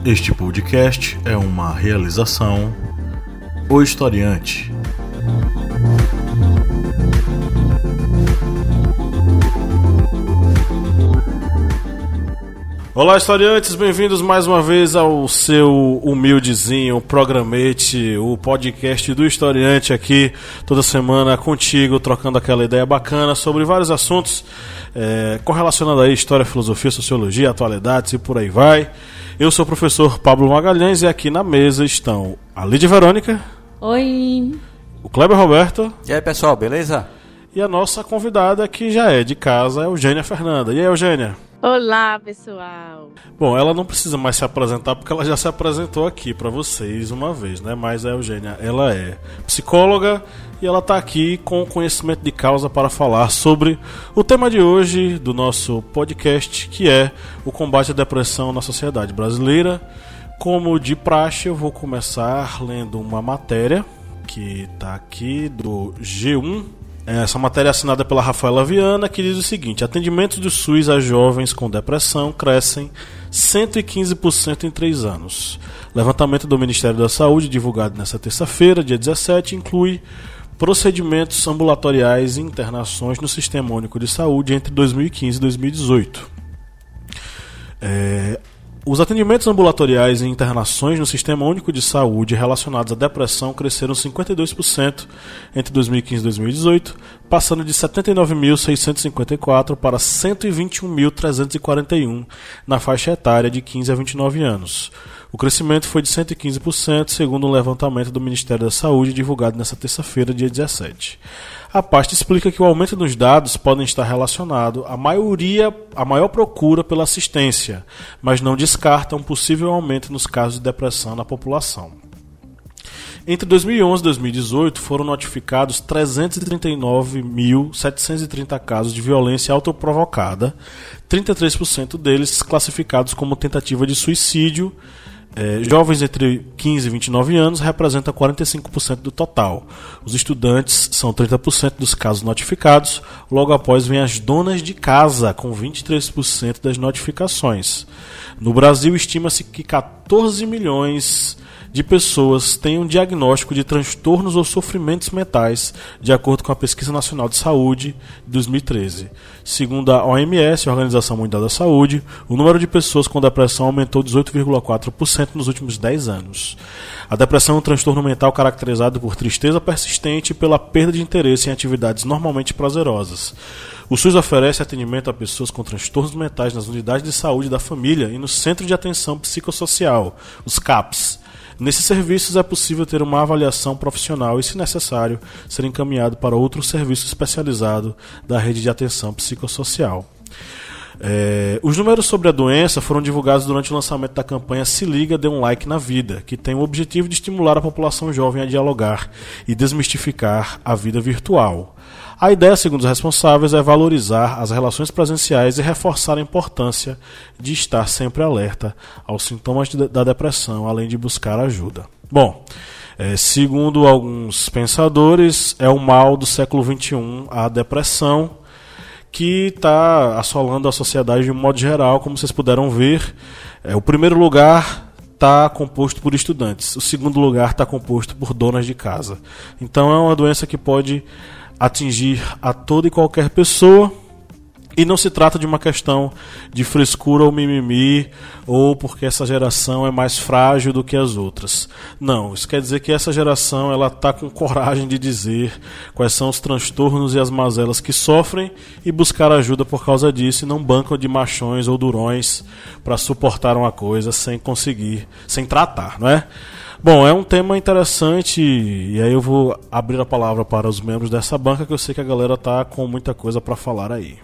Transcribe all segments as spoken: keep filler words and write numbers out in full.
Este podcast é uma realização O Historiante. Olá, historiantes, bem-vindos mais uma vez ao seu humildezinho programete, o podcast do Historiante aqui, toda semana contigo, trocando aquela ideia bacana sobre vários assuntos é, correlacionados aí, história, filosofia, sociologia, atualidades e por aí vai. Eu sou o professor Pablo Magalhães e aqui na mesa estão a Lídia Verônica. Oi. O Kleber Roberto. E aí, pessoal, beleza? E a nossa convidada, que já é de casa, é a Eugênia Fernanda. E aí, Eugênia? Olá, pessoal. Bom, ela não precisa mais se apresentar porque ela já se apresentou aqui pra vocês uma vez, né? Mas a Eugênia, ela é psicóloga e ela tá aqui com conhecimento de causa para falar sobre o tema de hoje do nosso podcast, que é o combate à depressão na sociedade brasileira. Como de praxe, eu vou começar lendo uma matéria que tá aqui do G um. Essa matéria é assinada pela Rafaela Viana, que diz o seguinte: atendimentos do SUS a jovens com depressão crescem cento e quinze por cento em três anos. Levantamento do Ministério da Saúde, divulgado nesta terça-feira, dia dezessete, inclui procedimentos ambulatoriais e internações no Sistema Único de Saúde entre dois mil e quinze e dois mil e dezoito. É... Os atendimentos ambulatoriais e internações no Sistema Único de Saúde relacionados à depressão cresceram cinquenta e dois por cento entre dois mil e quinze e dois mil e dezoito, passando de setenta e nove mil seiscentos e cinquenta e quatro para cento e vinte e um mil trezentos e quarenta e um na faixa etária de quinze a vinte e nove anos. O crescimento foi de cento e quinze por cento, segundo um levantamento do Ministério da Saúde divulgado nesta terça-feira, dia dezessete. A pasta explica que o aumento dos dados pode estar relacionado à maioria, à maior procura pela assistência, mas não descarta um possível aumento nos casos de depressão na população. Entre dois mil e onze e dois mil e dezoito foram notificados trezentos e trinta e nove mil setecentos e trinta casos de violência autoprovocada, trinta e três por cento deles classificados como tentativa de suicídio. É, jovens entre quinze e vinte e nove anos representam quarenta e cinco por cento do total. Os estudantes são trinta por cento dos casos notificados. Logo após vêm as donas de casa, com vinte e três por cento das notificações. No Brasil, estima-se que quatorze milhões de pessoas têm um diagnóstico de transtornos ou sofrimentos mentais, de acordo com a Pesquisa Nacional de Saúde de dois mil e treze. Segundo a O M S, a Organização Mundial da Saúde, o número de pessoas com depressão aumentou dezoito vírgula quatro por cento nos últimos dez anos. A depressão é um transtorno mental caracterizado por tristeza persistente e pela perda de interesse em atividades normalmente prazerosas. O SUS oferece atendimento a pessoas com transtornos mentais nas unidades de saúde da família e no Centro de Atenção Psicossocial, os CAPs. Nesses serviços é possível ter uma avaliação profissional e, se necessário, ser encaminhado para outro serviço especializado da rede de atenção psicossocial. É, os números sobre a doença foram divulgados durante o lançamento da campanha Se Liga, Dê um Like na Vida, que tem o objetivo de estimular a população jovem a dialogar e desmistificar a vida virtual. A ideia, segundo os responsáveis, é valorizar as relações presenciais e reforçar a importância de estar sempre alerta aos sintomas de, da depressão, além de buscar ajuda. Bom, é, segundo alguns pensadores, é o mal do século vinte e um, a depressão, que está assolando a sociedade de um modo geral, como vocês puderam ver. É, o primeiro lugar está composto por estudantes, o segundo lugar está composto por donas de casa. Então é uma doença que pode atingir a toda e qualquer pessoa, e não se trata de uma questão de frescura ou mimimi, ou porque essa geração é mais frágil do que as outras. Não, isso quer dizer que essa geração ela está com coragem de dizer quais são os transtornos e as mazelas que sofrem e buscar ajuda por causa disso, e não bancam de machões ou durões para suportar uma coisa sem conseguir, sem tratar, não é? Bom, é um tema interessante e aí eu vou abrir a palavra para os membros dessa banca, que eu sei que a galera está com muita coisa para falar aí.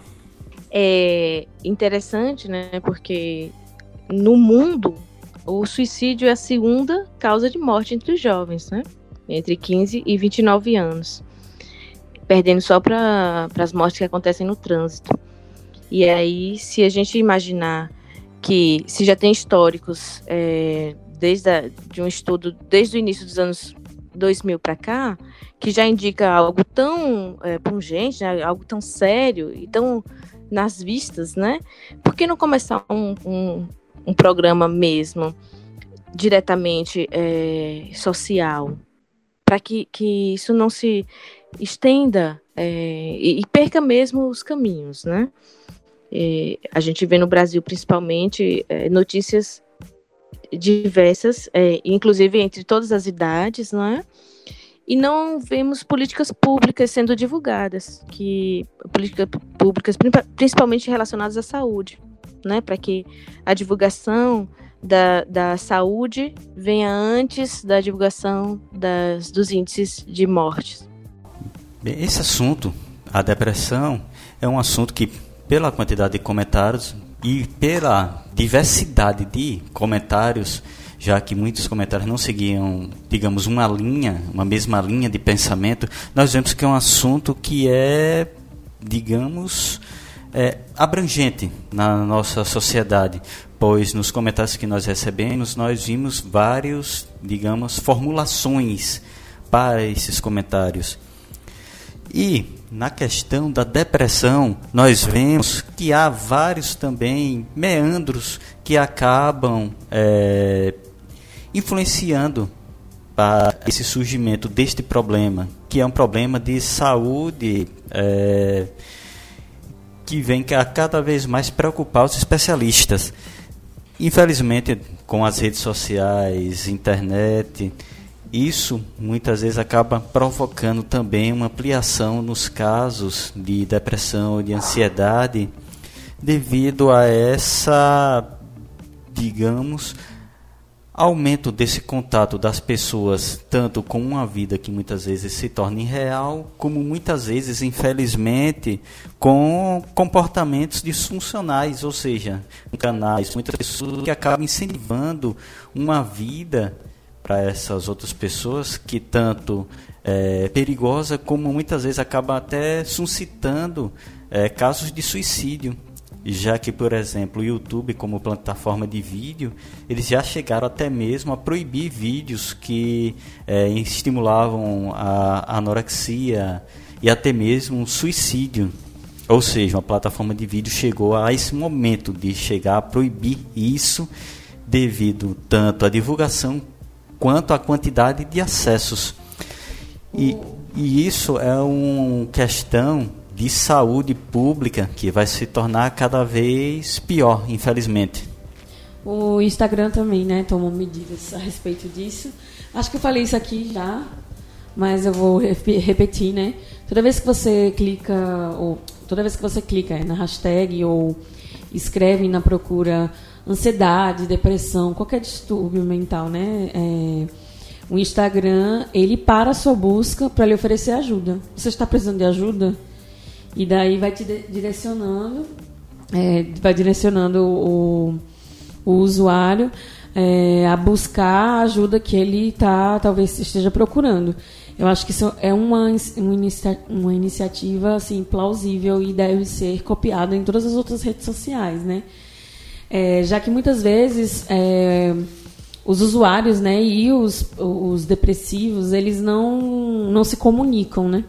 É interessante, né, porque no mundo o suicídio é a segunda causa de morte entre os jovens, né, entre quinze e vinte e nove anos, perdendo só para as mortes que acontecem no trânsito. E aí, se a gente imaginar que se já tem históricos é, desde a, de um estudo desde o início dos anos dois mil para cá, que já indica algo tão é, pungente, né, algo tão sério e tão nas vistas, né? Por que não começar um, um, um programa mesmo diretamente é, social, para que, que isso não se estenda é, e, e perca mesmo os caminhos, né? É, a gente vê no Brasil, principalmente, é, notícias diversas, é, inclusive entre todas as idades, não é? E não vemos políticas públicas sendo divulgadas, que políticas públicas principalmente relacionadas à saúde, né? Para que a divulgação da, da saúde venha antes da divulgação das, dos índices de mortes. Bem, esse assunto, a depressão, é um assunto que, pela quantidade de comentários e pela diversidade de comentários, já que muitos comentários não seguiam, digamos, uma linha, uma mesma linha de pensamento, nós vemos que é um assunto que é, digamos, é, abrangente na nossa sociedade, pois nos comentários que nós recebemos, nós vimos vários, digamos, formulações para esses comentários. E na questão da depressão, nós vemos que há vários também meandros que acabam é, influenciando para esse surgimento deste problema, que é um problema de saúde é, que vem a cada vez mais preocupar os especialistas. Infelizmente, com as redes sociais, internet, isso muitas vezes acaba provocando também uma ampliação nos casos de depressão e de ansiedade devido a essa, digamos, aumento desse contato das pessoas, tanto com uma vida que muitas vezes se torna irreal, como muitas vezes, infelizmente, com comportamentos disfuncionais, ou seja, canais, muitas pessoas que acabam incentivando uma vida para essas outras pessoas que tanto é perigosa, como muitas vezes acaba até suscitando é, casos de suicídio, já que, por exemplo, o YouTube, como plataforma de vídeo, eles já chegaram até mesmo a proibir vídeos que é, estimulavam a anorexia e até mesmo o suicídio. Ou seja, uma plataforma de vídeo chegou a esse momento de chegar a proibir isso devido tanto à divulgação quanto à quantidade de acessos. E, e isso é uma questão de saúde pública que vai se tornar cada vez pior, infelizmente. O Instagram também, né, tomou medidas a respeito disso. Acho que eu falei isso aqui já, mas eu vou rep- repetir, né? Toda vez que você clica, ou toda vez que você clica na hashtag ou escreve na procura ansiedade, depressão, qualquer distúrbio mental, né? É, o Instagram, ele para a sua busca para lhe oferecer ajuda. Você está precisando de ajuda? E daí vai te direcionando, é, vai direcionando o, o usuário é, a buscar a ajuda que ele tá, talvez esteja procurando. Eu acho que isso é uma, uma, inicia, uma iniciativa assim, plausível e deve ser copiada em todas as outras redes sociais, né? É, já que muitas vezes é, os usuários, né, e os, os depressivos, eles não, não se comunicam, né?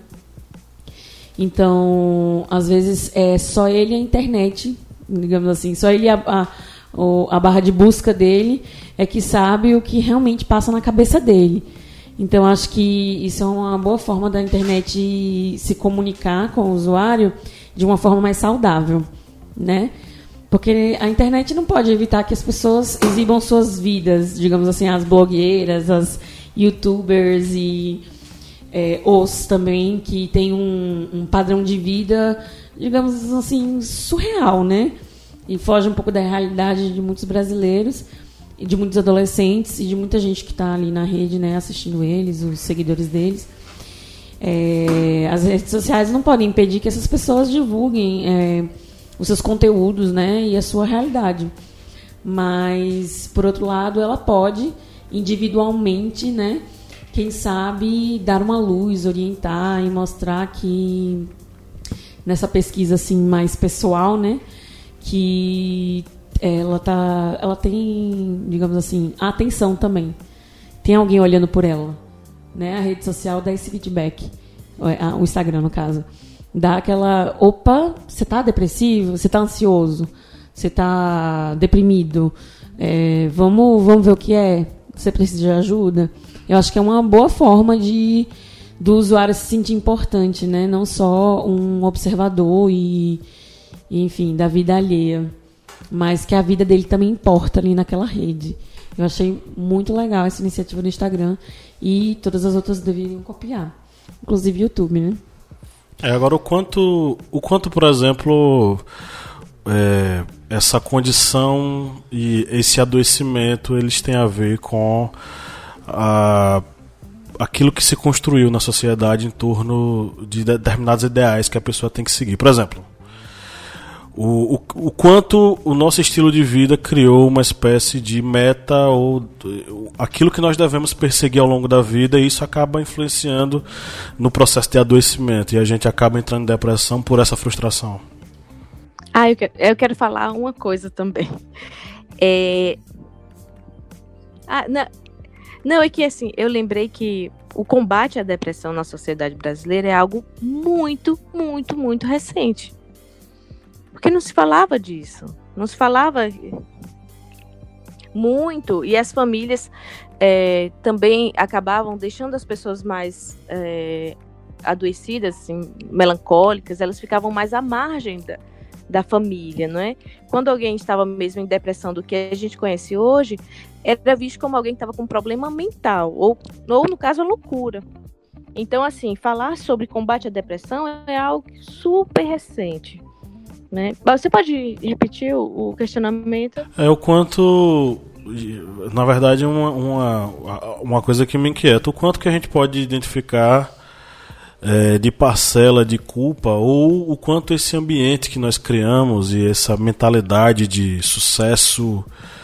Então, às vezes, é só ele e a internet, digamos assim, só ele a, a, a barra de busca dele é que sabe o que realmente passa na cabeça dele. Então, acho que isso é uma boa forma da internet se comunicar com o usuário de uma forma mais saudável, né? Porque a internet não pode evitar que as pessoas exibam suas vidas, digamos assim, as blogueiras, as youtubers e é, os também, que têm um, um padrão de vida, digamos assim, surreal, né? E foge um pouco da realidade de muitos brasileiros, e de muitos adolescentes e de muita gente que está ali na rede, né, assistindo eles, os seguidores deles. É, as redes sociais não podem impedir que essas pessoas divulguem é, os seus conteúdos, né, e a sua realidade. Mas, por outro lado, ela pode, individualmente, né, quem sabe, dar uma luz, orientar e mostrar que, nessa pesquisa assim, mais pessoal, né, que ela, tá, ela tem, digamos assim, a atenção também. Tem alguém olhando por ela. Né? A rede social dá esse feedback. O Instagram, no caso. Dá aquela... Opa, você está depressivo? Você está ansioso? Você está deprimido? É, vamos, vamos ver o que é. Você precisa de ajuda? Eu acho que é uma boa forma de do usuário se sentir importante, né? Não só um observador e, e, enfim, da vida alheia, mas que a vida dele também importa ali naquela rede. Eu achei muito legal essa iniciativa do Instagram e todas as outras deveriam copiar, inclusive o YouTube, né? É, agora o quanto, o quanto, por exemplo, é, essa condição e esse adoecimento eles têm a ver com a aquilo que se construiu na sociedade em torno de determinados ideais que a pessoa tem que seguir. Por exemplo, o, o, o quanto o nosso estilo de vida criou uma espécie de meta ou aquilo que nós devemos perseguir ao longo da vida, e isso acaba influenciando no processo de adoecimento e a gente acaba entrando em depressão por essa frustração. Ah, eu quero, eu quero falar uma coisa também. É... Ah, não... Não, é que assim, eu lembrei que o combate à depressão na sociedade brasileira é algo muito, muito, muito recente. Porque não se falava disso. Não se falava muito. E as famílias é, também acabavam deixando as pessoas mais é, adoecidas, assim, melancólicas, elas ficavam mais à margem da, da família, não é? Quando alguém estava mesmo em depressão do que a gente conhece hoje, era visto como alguém que estava com um problema mental, ou, ou no caso, a loucura. Então, assim, falar sobre combate à depressão é algo super recente, né? Você pode repetir o, o questionamento? É o quanto, na verdade, uma, uma, uma coisa que me inquieta, o quanto que a gente pode identificar é, de parcela de culpa, ou o quanto esse ambiente que nós criamos e essa mentalidade de sucesso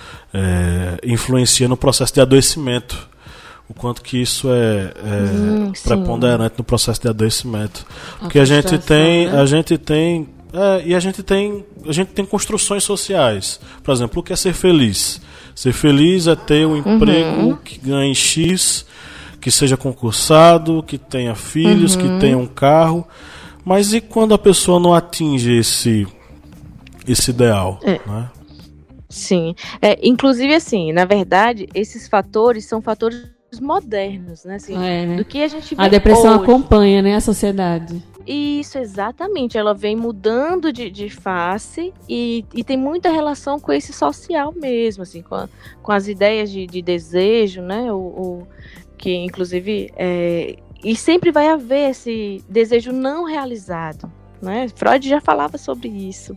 É, influencia no processo de adoecimento, o quanto que isso é, é hum, preponderante no processo de adoecimento, a porque a gente tem, né? a gente tem é, e a gente tem a gente tem construções sociais. Por exemplo, o que é ser feliz? Ser feliz é ter um emprego uhum. que ganhe X, que seja concursado, que tenha filhos, uhum. que tenha um carro. Mas e quando a pessoa não atinge esse esse ideal, é. né? Sim, é, inclusive assim, na verdade, esses fatores são fatores modernos, né? Assim, é, né? Do que a gente vê a depressão hoje. Acompanha, né, a sociedade. Isso, exatamente, ela vem mudando de, de face e, e tem muita relação com esse social mesmo, assim, com, a, com as ideias de, de desejo, né? O, o, que inclusive, é, e sempre vai haver esse desejo não realizado, né? Freud já falava sobre isso,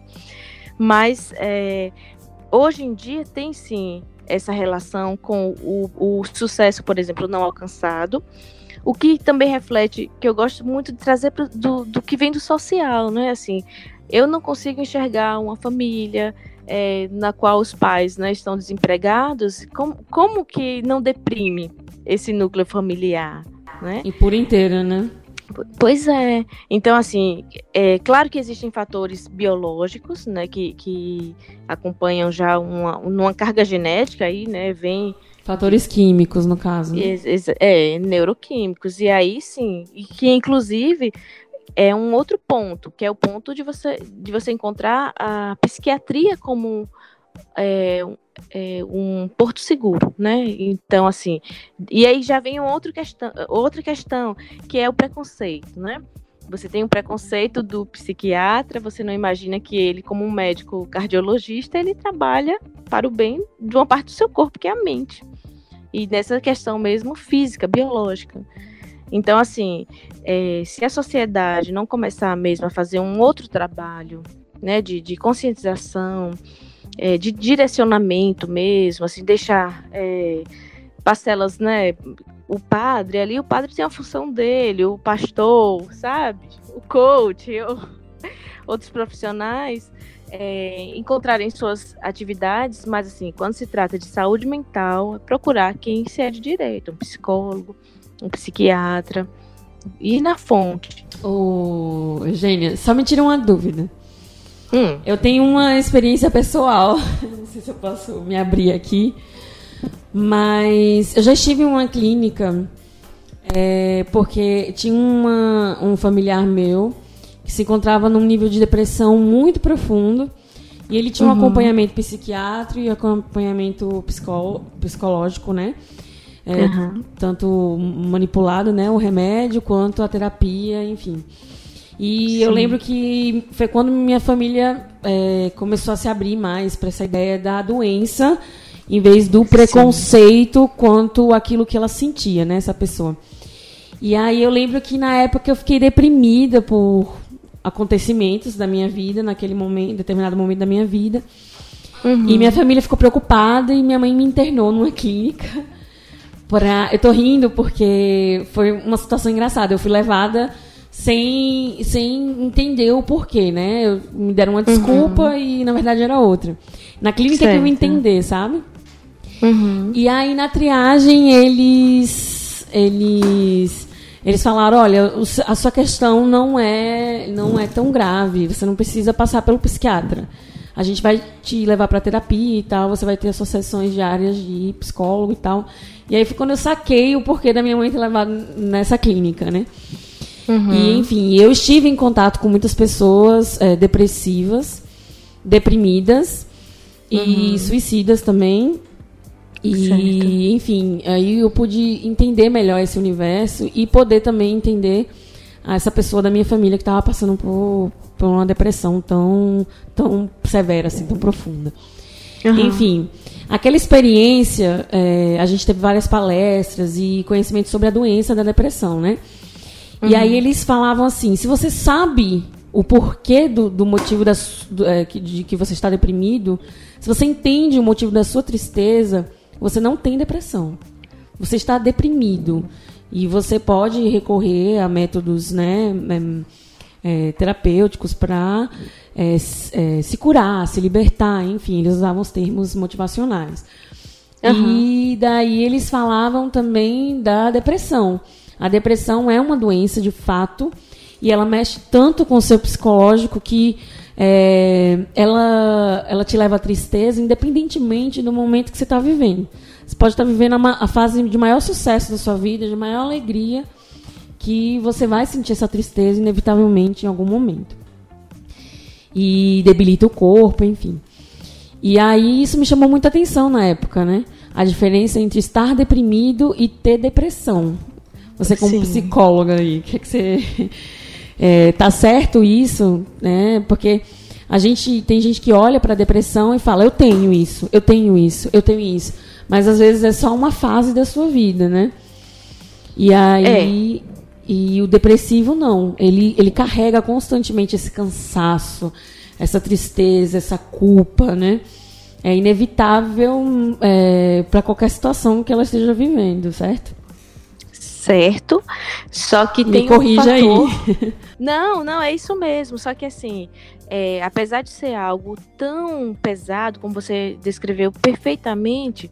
mas é, hoje em dia tem sim essa relação com o, o sucesso, por exemplo, não alcançado, o que também reflete, que eu gosto muito de trazer pro, do, do que vem do social, né? Assim, eu não consigo enxergar uma família é, na qual os pais, né, estão desempregados, como, como que não deprime esse núcleo familiar, né? E por inteiro, né? Pois é. Então, assim, é claro que existem fatores biológicos, né, que, que acompanham já uma, uma carga genética aí, né, vem... Fatores químicos, no caso. Né? É, neuroquímicos. E aí, sim, e que, inclusive, é um outro ponto, que é o ponto de você, de você encontrar a psiquiatria como é, é, um porto seguro, né? Então, assim, e aí já vem uma outra questão, outra questão, que é o preconceito, né? Você tem um preconceito do psiquiatra, você não imagina que ele, como um médico cardiologista, ele trabalha para o bem de uma parte do seu corpo, que é a mente. E nessa questão mesmo física, biológica. Então, assim, é, se a sociedade não começar mesmo a fazer um outro trabalho, né, de, de conscientização, é, de direcionamento mesmo, assim, deixar é, parcelas, né, o padre ali, o padre tem a função dele, o pastor, sabe, o coach, eu, outros profissionais, é, encontrarem suas atividades, mas assim, quando se trata de saúde mental, é procurar quem se é de direito, um psicólogo, um psiquiatra, e ir na fonte. Ô, Eugênia, só me tira uma dúvida. Hum. Eu tenho uma experiência pessoal, não sei se eu posso me abrir aqui, mas eu já estive em uma clínica, é, porque tinha uma, um familiar meu que se encontrava num nível de depressão muito profundo E ele tinha um Uhum. acompanhamento psiquiátrico e acompanhamento psicó- psicológico, né? É, Uhum. Tanto manipulado, né? O remédio, quanto a terapia, enfim. E Sim. eu lembro que foi quando minha família é, começou a se abrir mais para essa ideia da doença, em vez do preconceito Sim. quanto aquilo que ela sentia, né? Essa pessoa. E aí eu lembro que na época eu fiquei deprimida por acontecimentos da minha vida, naquele momento, determinado momento da minha vida. Uhum. E minha família ficou preocupada e minha mãe me internou numa clínica. Pra... Eu tô rindo porque foi uma situação engraçada. Eu fui levada sem, sem entender o porquê, né? Eu, me deram uma desculpa uhum. e, na verdade, era outra. Na clínica que eu ia entender, sabe? Uhum. E aí, na triagem, eles... Eles... Eles falaram, olha, a sua questão não é, não é tão grave, você não precisa passar pelo psiquiatra. A gente vai te levar para terapia e tal, você vai ter as suas sessões diárias de psicólogo e tal. E aí foi quando eu saquei o porquê da minha mãe ter levado nessa clínica, né? Uhum. E, enfim, eu estive em contato com muitas pessoas é, depressivas, deprimidas e uhum. suicidas também. E, certo. Enfim, aí eu pude entender melhor esse universo e poder também entender essa pessoa da minha família que estava passando por, por uma depressão tão, tão severa, assim, tão profunda. Uhum. Enfim, aquela experiência, é, a gente teve várias palestras e conhecimento sobre a doença da depressão, né? Uhum. E aí eles falavam assim, se você sabe o porquê do, do motivo da, do, é, de que você está deprimido, se você entende o motivo da sua tristeza, você não tem depressão. Você está deprimido. E você pode recorrer a métodos, né, é, é, terapêuticos para é, é, se curar, se libertar. Enfim, eles usavam os termos motivacionais. Uhum. E daí eles falavam também da depressão. A depressão é uma doença, de fato, e ela mexe tanto com o seu psicológico que É, ela, ela te leva à tristeza independentemente do momento que você está vivendo. Você pode estar vivendo a, a fase de maior sucesso da sua vida, de maior alegria, que você vai sentir essa tristeza inevitavelmente em algum momento. E debilita o corpo, enfim. E aí isso me chamou muita atenção na época, né? A diferença entre estar deprimido e ter depressão. Você como Sim. psicóloga aí, o que, é que você... É, tá certo isso, né? Porque a gente tem gente que olha para a depressão e fala, eu tenho isso, eu tenho isso, eu tenho isso. Mas às vezes é só uma fase da sua vida, né? E aí é. E o depressivo não, ele, ele carrega constantemente esse cansaço, essa tristeza, essa culpa, né? É inevitável é, para qualquer situação que ela esteja vivendo, certo? Certo, só que Me tem corrija um fator... aí. Não, não, é isso mesmo, só que assim, é, apesar de ser algo tão pesado, como você descreveu perfeitamente,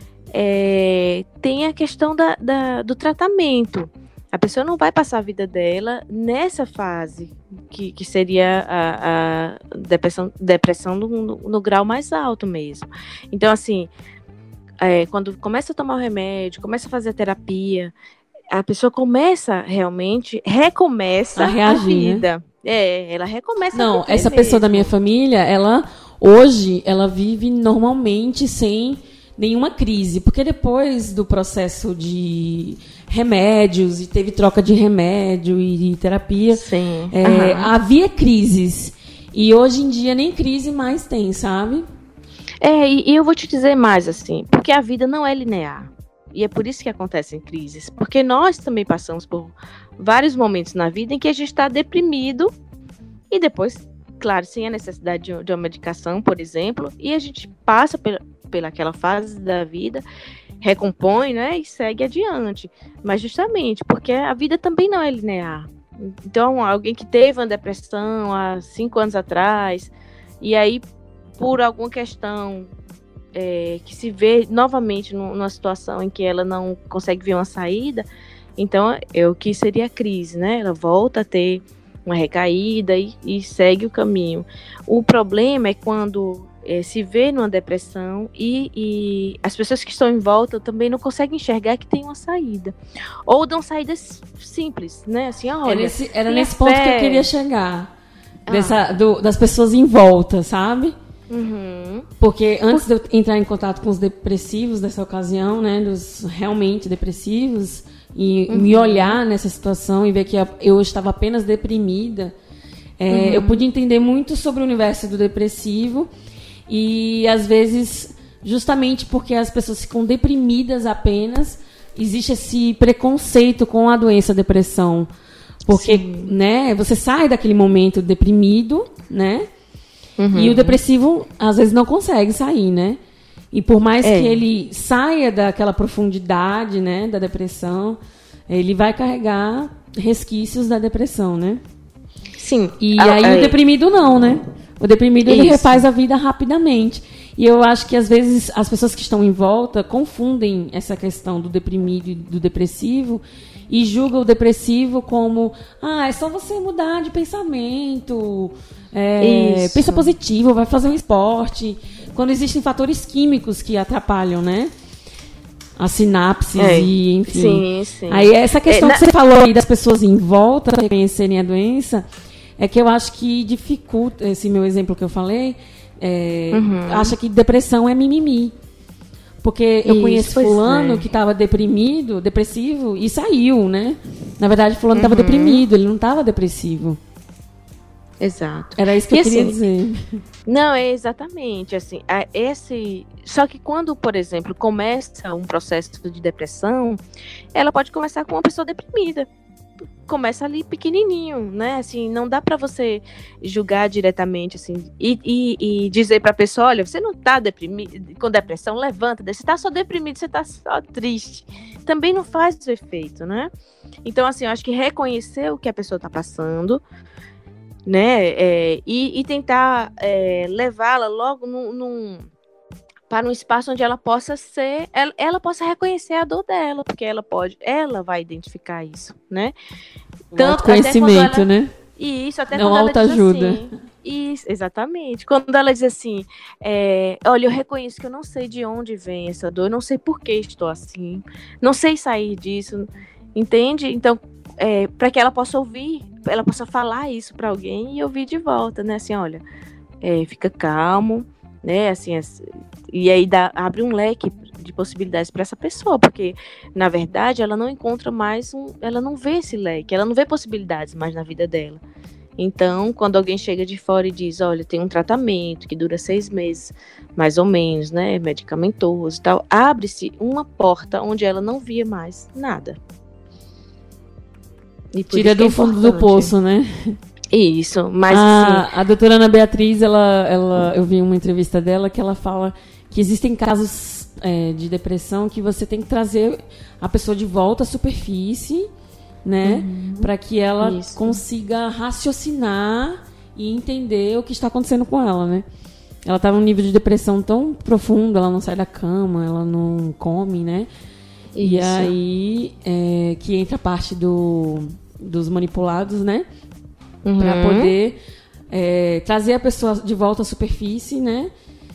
é, tem a questão da, da, do tratamento. A pessoa não vai passar a vida dela nessa fase, que, que seria a, a depressão, depressão no, no, no grau mais alto mesmo. Então, assim, é, quando começa a tomar o remédio, começa a fazer a terapia... A pessoa começa realmente, recomeça a, reagir, a vida. Né? É, ela recomeça Não, a viver essa mesmo. pessoa da minha família, ela hoje, ela vive normalmente sem nenhuma crise. Porque depois do processo de remédios, e teve troca de remédio e, e terapia, Sim. É, uhum. havia crises. E hoje em dia nem crise mais tem, sabe? É, e, e eu vou te dizer mais assim, porque a vida não é linear. E é por isso que acontecem crises. Porque nós também passamos por vários momentos na vida em que a gente está deprimido e depois, claro, sem a necessidade de, de uma medicação, por exemplo, e a gente passa pela, pelaquela fase da vida, recompõe, né, e segue adiante. Mas justamente porque a vida também não é linear. Então, alguém que teve uma depressão há cinco anos atrás, e aí, por alguma questão... É, que se vê novamente numa situação em que ela não consegue ver uma saída, então é o que seria a crise, né? Ela volta a ter uma recaída e, e segue o caminho. O problema é quando é, se vê numa depressão e, e as pessoas que estão em volta também não conseguem enxergar que tem uma saída. Ou dão saídas simples, né? Assim, olha, era nesse, era nesse ponto fé. que eu queria chegar. Dessa, ah. do, das pessoas em volta, sabe? Uhum. Porque antes de eu entrar em contato com os depressivos dessa ocasião, né, dos realmente depressivos, e uhum. me olhar nessa situação e ver que eu estava apenas deprimida, é, uhum. eu pude entender muito sobre o universo do depressivo e, às vezes, justamente porque as pessoas ficam deprimidas apenas, existe esse preconceito com a doença depressão. Porque, né, você sai daquele momento deprimido, né, uhum. e o depressivo, às vezes, não consegue sair, né? E por mais é. que ele saia daquela profundidade, né, da depressão, ele vai carregar resquícios da depressão, né? Sim. E ah, aí é. o deprimido não, né? O deprimido, ele refaz a vida rapidamente. E eu acho que, às vezes, as pessoas que estão em volta confundem essa questão do deprimido e do depressivo e julgam o depressivo como, ah, é só você mudar de pensamento, é, pensa positivo, vai fazer um esporte, quando existem fatores químicos que atrapalham, né? As sinapses é. e, enfim. Sim, sim. Aí essa questão é, na... que você falou aí das pessoas em volta reconhecerem a doença, é que eu acho que dificulta, esse meu exemplo que eu falei, é, uhum. acha que depressão é mimimi. Porque eu Isso, conheço fulano é. que estava deprimido, depressivo, e saiu, né? Na verdade, fulano estava uhum. deprimido, ele não estava depressivo. Exato. Era isso que e eu queria assim, dizer. Não, é exatamente assim. Esse, só que quando, por exemplo, começa um processo de depressão, ela pode começar com uma pessoa deprimida. Começa ali pequenininho, né? Assim, não dá para você julgar diretamente, assim, e, e, e dizer para a pessoa, olha, você não tá deprimido, com depressão, levanta, você tá só deprimido, você tá só triste. Também não faz o efeito, né? Então, assim, eu acho que reconhecer o que a pessoa tá passando, né? É, e, e tentar é, levá-la logo num, num, para um espaço onde ela possa ser, ela, ela possa reconhecer a dor dela, porque ela pode, ela vai identificar isso, né? Tanto conhecimento, ela, né? E isso até não quando ela diz ajuda. assim, isso, exatamente. Quando ela diz assim, é, olha, eu reconheço que eu não sei de onde vem essa dor, eu não sei por que estou assim, não sei sair disso, entende? Então, é, para que ela possa ouvir, ela possa falar isso para alguém e ouvir de volta, né? Assim, olha, é, fica calmo, né? Assim, e aí dá, abre um leque de possibilidades para essa pessoa, porque na verdade ela não encontra mais um, ela não vê esse leque, ela não vê possibilidades mais na vida dela. Então, quando alguém chega de fora e diz, olha, tem um tratamento que dura seis meses, mais ou menos, né? Medicamentoso e tal, abre-se uma porta onde ela não via mais nada. Tira do fundo do poço, né? Isso, mas a, assim... a doutora Ana Beatriz, ela, ela, eu vi uma entrevista dela que ela fala que existem casos é, de depressão que você tem que trazer a pessoa de volta à superfície, né? Uhum. Para que ela Isso. consiga raciocinar e entender o que está acontecendo com ela, né? Ela está num nível de depressão tão profundo, ela não sai da cama, ela não come, né? Isso. E aí é, que entra a parte do, dos manipulados, né? Uhum. Para poder é, trazer a pessoa de volta à superfície, né?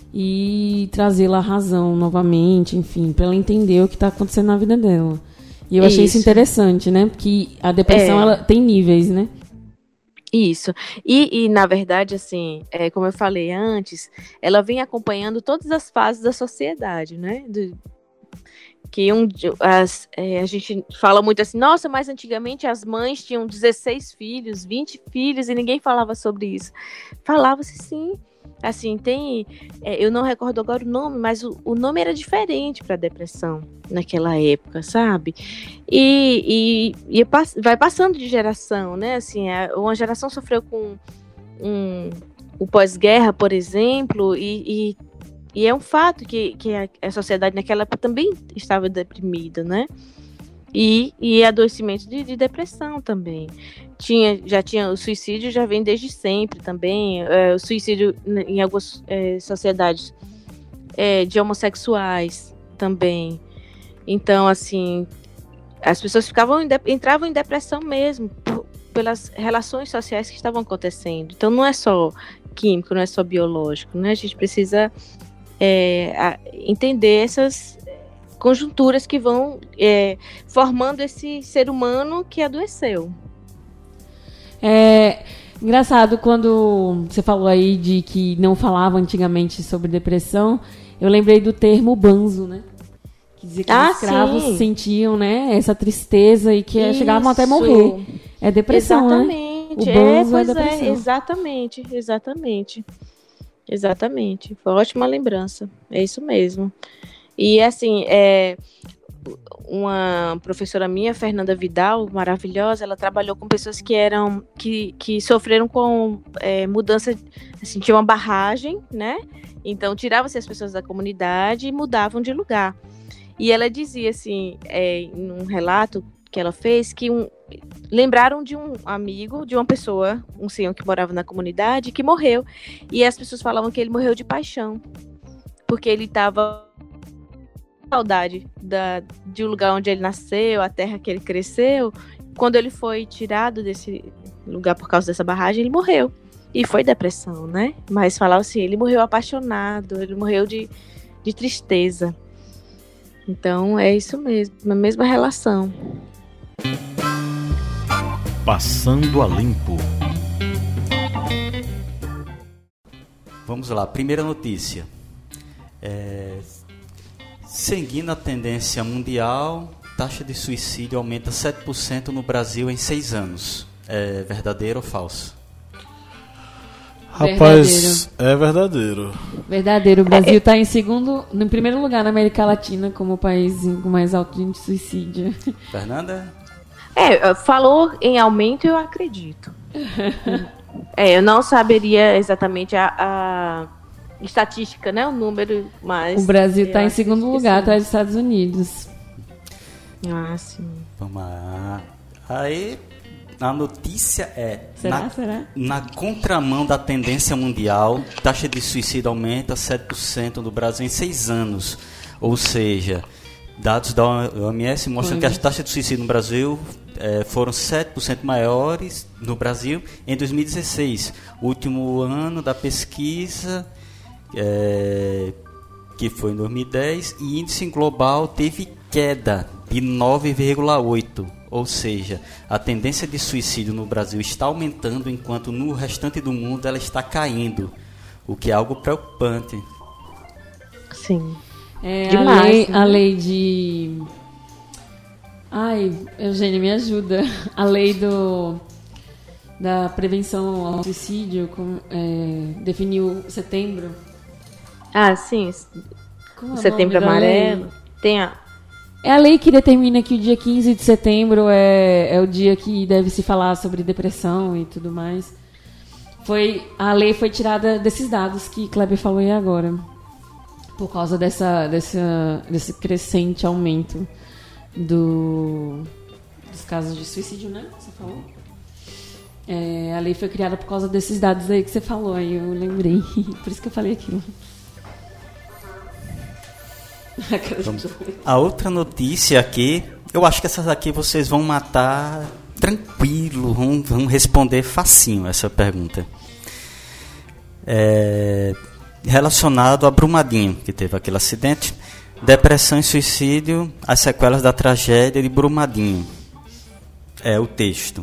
E trazê-la à razão novamente, enfim, para ela entender o que está acontecendo na vida dela. E eu achei isso, isso interessante, né? Porque a depressão é. ela tem níveis, né? Isso. E, e na verdade, assim, é, como eu falei antes, ela vem acompanhando todas as fases da sociedade, né? Do, que um, as, é, a gente fala muito assim, nossa, mas antigamente as mães tinham dezesseis filhos, vinte filhos e ninguém falava sobre isso. Falava-se sim. Assim, tem, é, eu não recordo agora o nome, mas o, o nome era diferente para depressão naquela época, sabe? E, e, e vai passando de geração, né? Assim, a, uma geração sofreu com um, o pós-guerra, por exemplo, e, e, e é um fato que, que a, a sociedade naquela época também estava deprimida, né? E, e adoecimento de, de depressão também. Tinha, já tinha, o suicídio já vem desde sempre também. É, o suicídio em algumas é, sociedades é, de homossexuais também. Então, assim, as pessoas ficavam em de, entravam em depressão mesmo por, pelas relações sociais que estavam acontecendo. Então, não é só químico, não é só biológico, né? A gente precisa é, a, entender essas conjunturas que vão é, formando esse ser humano que adoeceu. É, Engraçado, quando você falou aí de que não falava antigamente sobre depressão, eu lembrei do termo banzo, né? Que dizia que Ah, os escravos sim. sentiam, né, essa tristeza e que Isso. chegavam até morrer. É depressão, Exatamente. né? O É, banzo é pois é, depressão. exatamente, exatamente. Exatamente. Foi uma ótima lembrança. É isso mesmo. E assim, é, uma professora minha, Fernanda Vidal, maravilhosa, ela trabalhou com pessoas que eram que, que sofreram com é, mudança, assim, tinha uma barragem, né? Então tiravam-se as pessoas da comunidade e mudavam de lugar. E ela dizia assim, é, em um relato que ela fez, que um, lembraram de um amigo, de uma pessoa, um senhor que morava na comunidade, que morreu. E as pessoas falavam que ele morreu de paixão, porque ele estava com saudade da, de um lugar onde ele nasceu, a terra que ele cresceu. Quando ele foi tirado desse lugar por causa dessa barragem, ele morreu. E foi depressão, né? Mas falavam assim, ele morreu apaixonado, ele morreu de, de tristeza. Então, é isso mesmo, a mesma relação. Passando a limpo. Vamos lá, primeira notícia. É, seguindo a tendência mundial, taxa de suicídio aumenta sete por cento no Brasil em seis anos. É verdadeiro ou falso? Rapaz, é verdadeiro. Verdadeiro. O Brasil está em segundo, em primeiro lugar na América Latina como o país com mais alto índice de suicídio. Fernanda? É, falou em aumento, eu acredito. É, eu não saberia exatamente a, a estatística, né? O número, mas... O Brasil está eu em segundo acredito que lugar, sim. atrás dos Estados Unidos. Ah, sim. Vamos lá. Aí, a notícia é... Será? Na, Será? na contramão da tendência mundial, taxa de suicídio aumenta sete por cento no Brasil em seis anos. Ou seja, dados da O M S mostram Foi. que as taxas de suicídio no Brasil eh, foram sete por cento maiores no Brasil em dois mil e dezesseis. O último ano da pesquisa, eh, que foi em dois mil e dez, e índice global teve queda de nove vírgula oito. Ou seja, a tendência de suicídio no Brasil está aumentando, enquanto no restante do mundo ela está caindo, o que é algo preocupante. Sim. É, Demais, a, lei, né? a lei de... Ai, Eugênia, me ajuda. A lei do... da prevenção ao suicídio com, é, definiu setembro. Ah, sim. Como é o Setembro nome da lei? Amarelo. Tem a... É a lei que determina que o dia quinze de setembro é, é o dia que deve se falar sobre depressão e tudo mais. Foi, a lei foi tirada desses dados que Kleber falou aí agora. Por causa dessa, dessa, desse crescente aumento do, dos casos de suicídio, né? Você falou? É, a lei foi criada por causa desses dados aí que você falou, aí eu lembrei. Por isso que eu falei aquilo. A outra notícia aqui, eu acho que essas aqui vocês vão matar tranquilo, vão, vão responder facinho essa pergunta. É, relacionado a Brumadinho, que teve aquele acidente, depressão e suicídio, as sequelas da tragédia de Brumadinho. É o texto.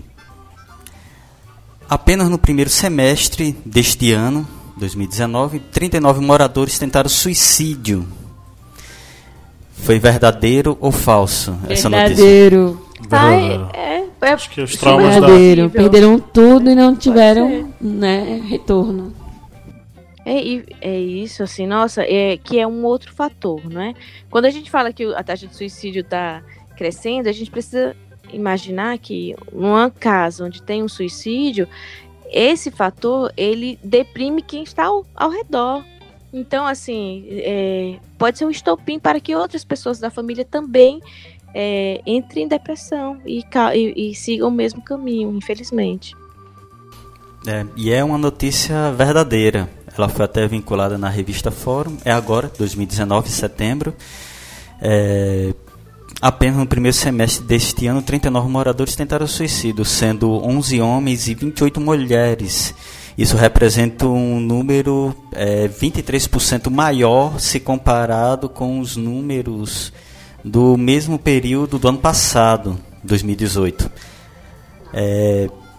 Apenas no primeiro semestre deste ano, dois mil e dezenove, trinta e nove moradores tentaram suicídio. Foi verdadeiro ou falso essa notícia? Verdadeiro. Verdadeiro. Ai, é, é, Acho que os traumas da... Verdadeiro. possível. Perderam tudo e não Pode tiveram, né, retorno. É, e- é isso, assim, nossa, é, que é um outro fator, não é? Quando a gente fala que o- a taxa de suicídio está crescendo, a gente precisa imaginar que numa casa onde tem um suicídio, esse fator, ele deprime quem está ao, ao redor. Então, assim, é, pode ser um estopim para que outras pessoas da família também é, entrem em depressão e, ca- e- e sigam o mesmo caminho, infelizmente. É, e é uma notícia verdadeira. Ela foi até vinculada na revista Fórum. É agora, dois mil e dezenove, setembro. É, apenas no primeiro semestre deste ano, trinta e nove moradores tentaram suicídio, sendo onze homens e vinte e oito mulheres. Isso representa um número é, vinte e três por cento maior se comparado com os números do mesmo período do ano passado, dois mil e dezoito. É,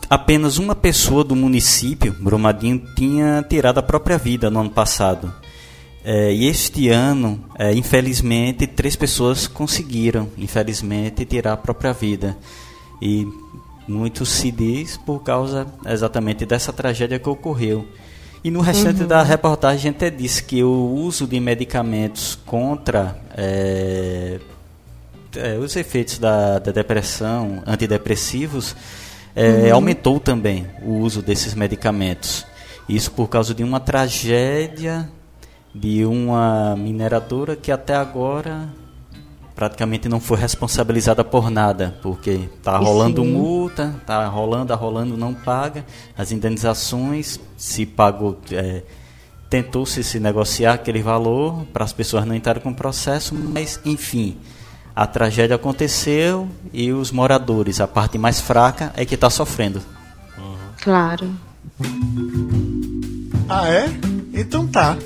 apenas uma pessoa do município, Brumadinho, tinha tirado a própria vida no ano passado. É, e este ano, é, infelizmente, três pessoas conseguiram, infelizmente, tirar a própria vida. E muito se diz por causa exatamente dessa tragédia que ocorreu. E no restante uhum. da reportagem, a gente até disse que o uso de medicamentos contra é, é, os efeitos da, da depressão, antidepressivos, é, uhum. aumentou também o uso desses medicamentos. Isso por causa de uma tragédia de uma mineradora que até agora praticamente não foi responsabilizada por nada, porque está rolando Sim. multa, está rolando, rolando, não paga. As indenizações, se pagou, é, tentou-se se negociar aquele valor para as pessoas não entrarem com o processo, mas, enfim, a tragédia aconteceu e os moradores, a parte mais fraca, é que está sofrendo. Uhum. Claro. Ah, é? Então tá.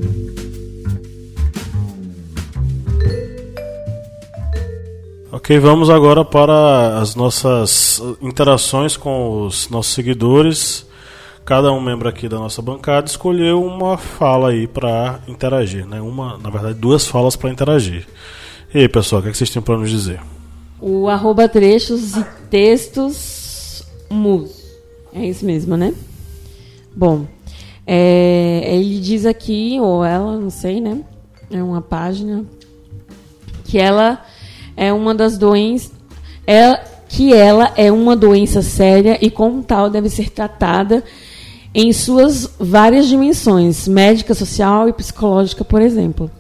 Ok, vamos agora para as nossas interações com os nossos seguidores. Cada um membro aqui da nossa bancada escolheu uma fala aí para interagir, né? Uma, na verdade, duas falas para interagir. E aí, pessoal, o que, é que vocês têm para nos dizer? O arroba trechos e textos mus. É isso mesmo, né? Bom, é, ele diz aqui, ou ela, não sei, né? É uma página que ela é uma das doenças, é, que ela é uma doença séria e como tal deve ser tratada em suas várias dimensões, médica, social e psicológica, por exemplo.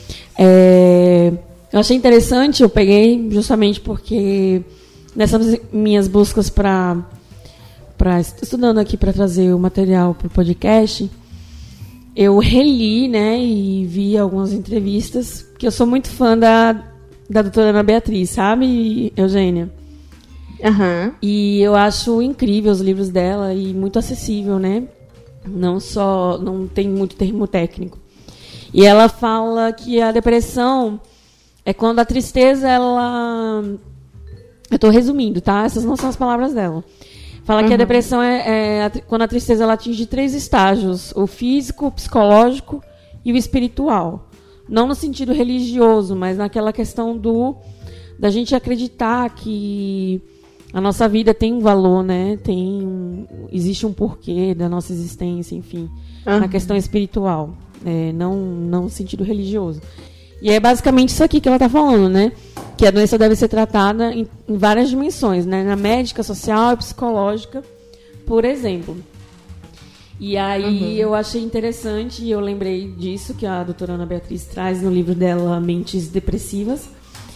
É, eu achei interessante, eu peguei justamente porque nessas minhas buscas para para estudando aqui para trazer o material para o podcast, eu reli, né, e vi algumas entrevistas, que eu sou muito fã da da doutora Ana Beatriz, sabe, Eugênia? Uhum. E eu acho incrível os livros dela e muito acessível, né? Não só, não tem muito termo técnico. E ela fala que a depressão é quando a tristeza, ela... Eu estou resumindo, tá? Essas não são as palavras dela. Fala uhum. que a depressão é, é a, quando a tristeza ela atinge três estágios: o físico, o psicológico e o espiritual. Não no sentido religioso, mas naquela questão do da gente acreditar que a nossa vida tem um valor, né? Tem um, existe um porquê da nossa existência, enfim, uhum. na questão espiritual, é, não não no sentido religioso. E é basicamente isso aqui que ela está falando, né? Que a doença deve ser tratada em, em várias dimensões, né? Na médica, social e psicológica, por exemplo. E aí uhum. eu achei interessante, e eu lembrei disso que a doutora Ana Beatriz traz no livro dela, Mentes Depressivas,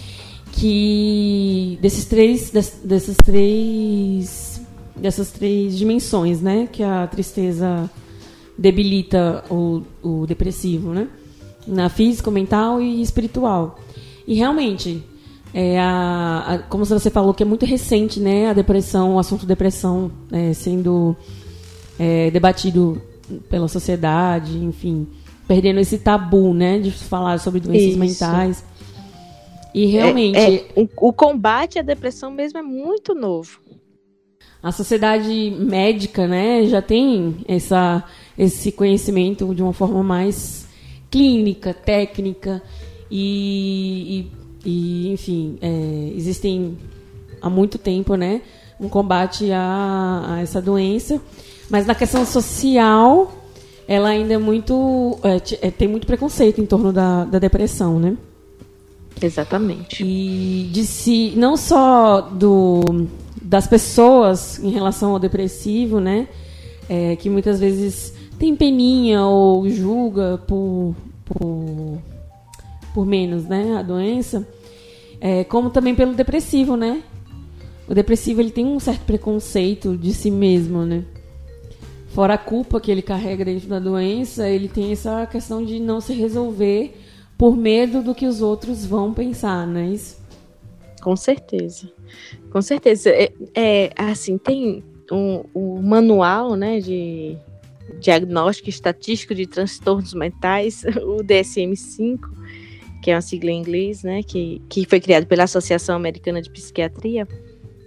que desses três, des, dessas três, dessas três dimensões, né, que a tristeza debilita o, o depressivo, né, na física, mental e espiritual. E realmente, é a, a, como você falou, que é muito recente, né, a depressão, o assunto depressão é, sendo É, debatido pela sociedade, enfim, perdendo esse tabu, né, de falar sobre doenças Isso. mentais. E realmente é, é, o, o combate à depressão mesmo é muito novo. A sociedade médica, né, já tem essa, esse conhecimento de uma forma mais clínica, técnica e, e, e enfim, é, existem há muito tempo, né, um combate a, a essa doença. Mas na questão social, ela ainda é muito é, tem muito preconceito em torno da, da depressão, né? Exatamente. E de si, não só do, das pessoas em relação ao depressivo, né? É, que muitas vezes tem peninha ou julga por, por, por menos, né? A doença. É, como também pelo depressivo, né? O depressivo ele tem um certo preconceito de si mesmo, né? Fora a culpa que ele carrega dentro da doença, ele tem essa questão de não se resolver por medo do que os outros vão pensar, não é isso? Com certeza. Com certeza. É, é, assim, tem um, um manual, né, de diagnóstico estatístico de transtornos mentais, o D S M cinco, que é uma sigla em inglês, né, que, que foi criado pela Associação Americana de Psiquiatria,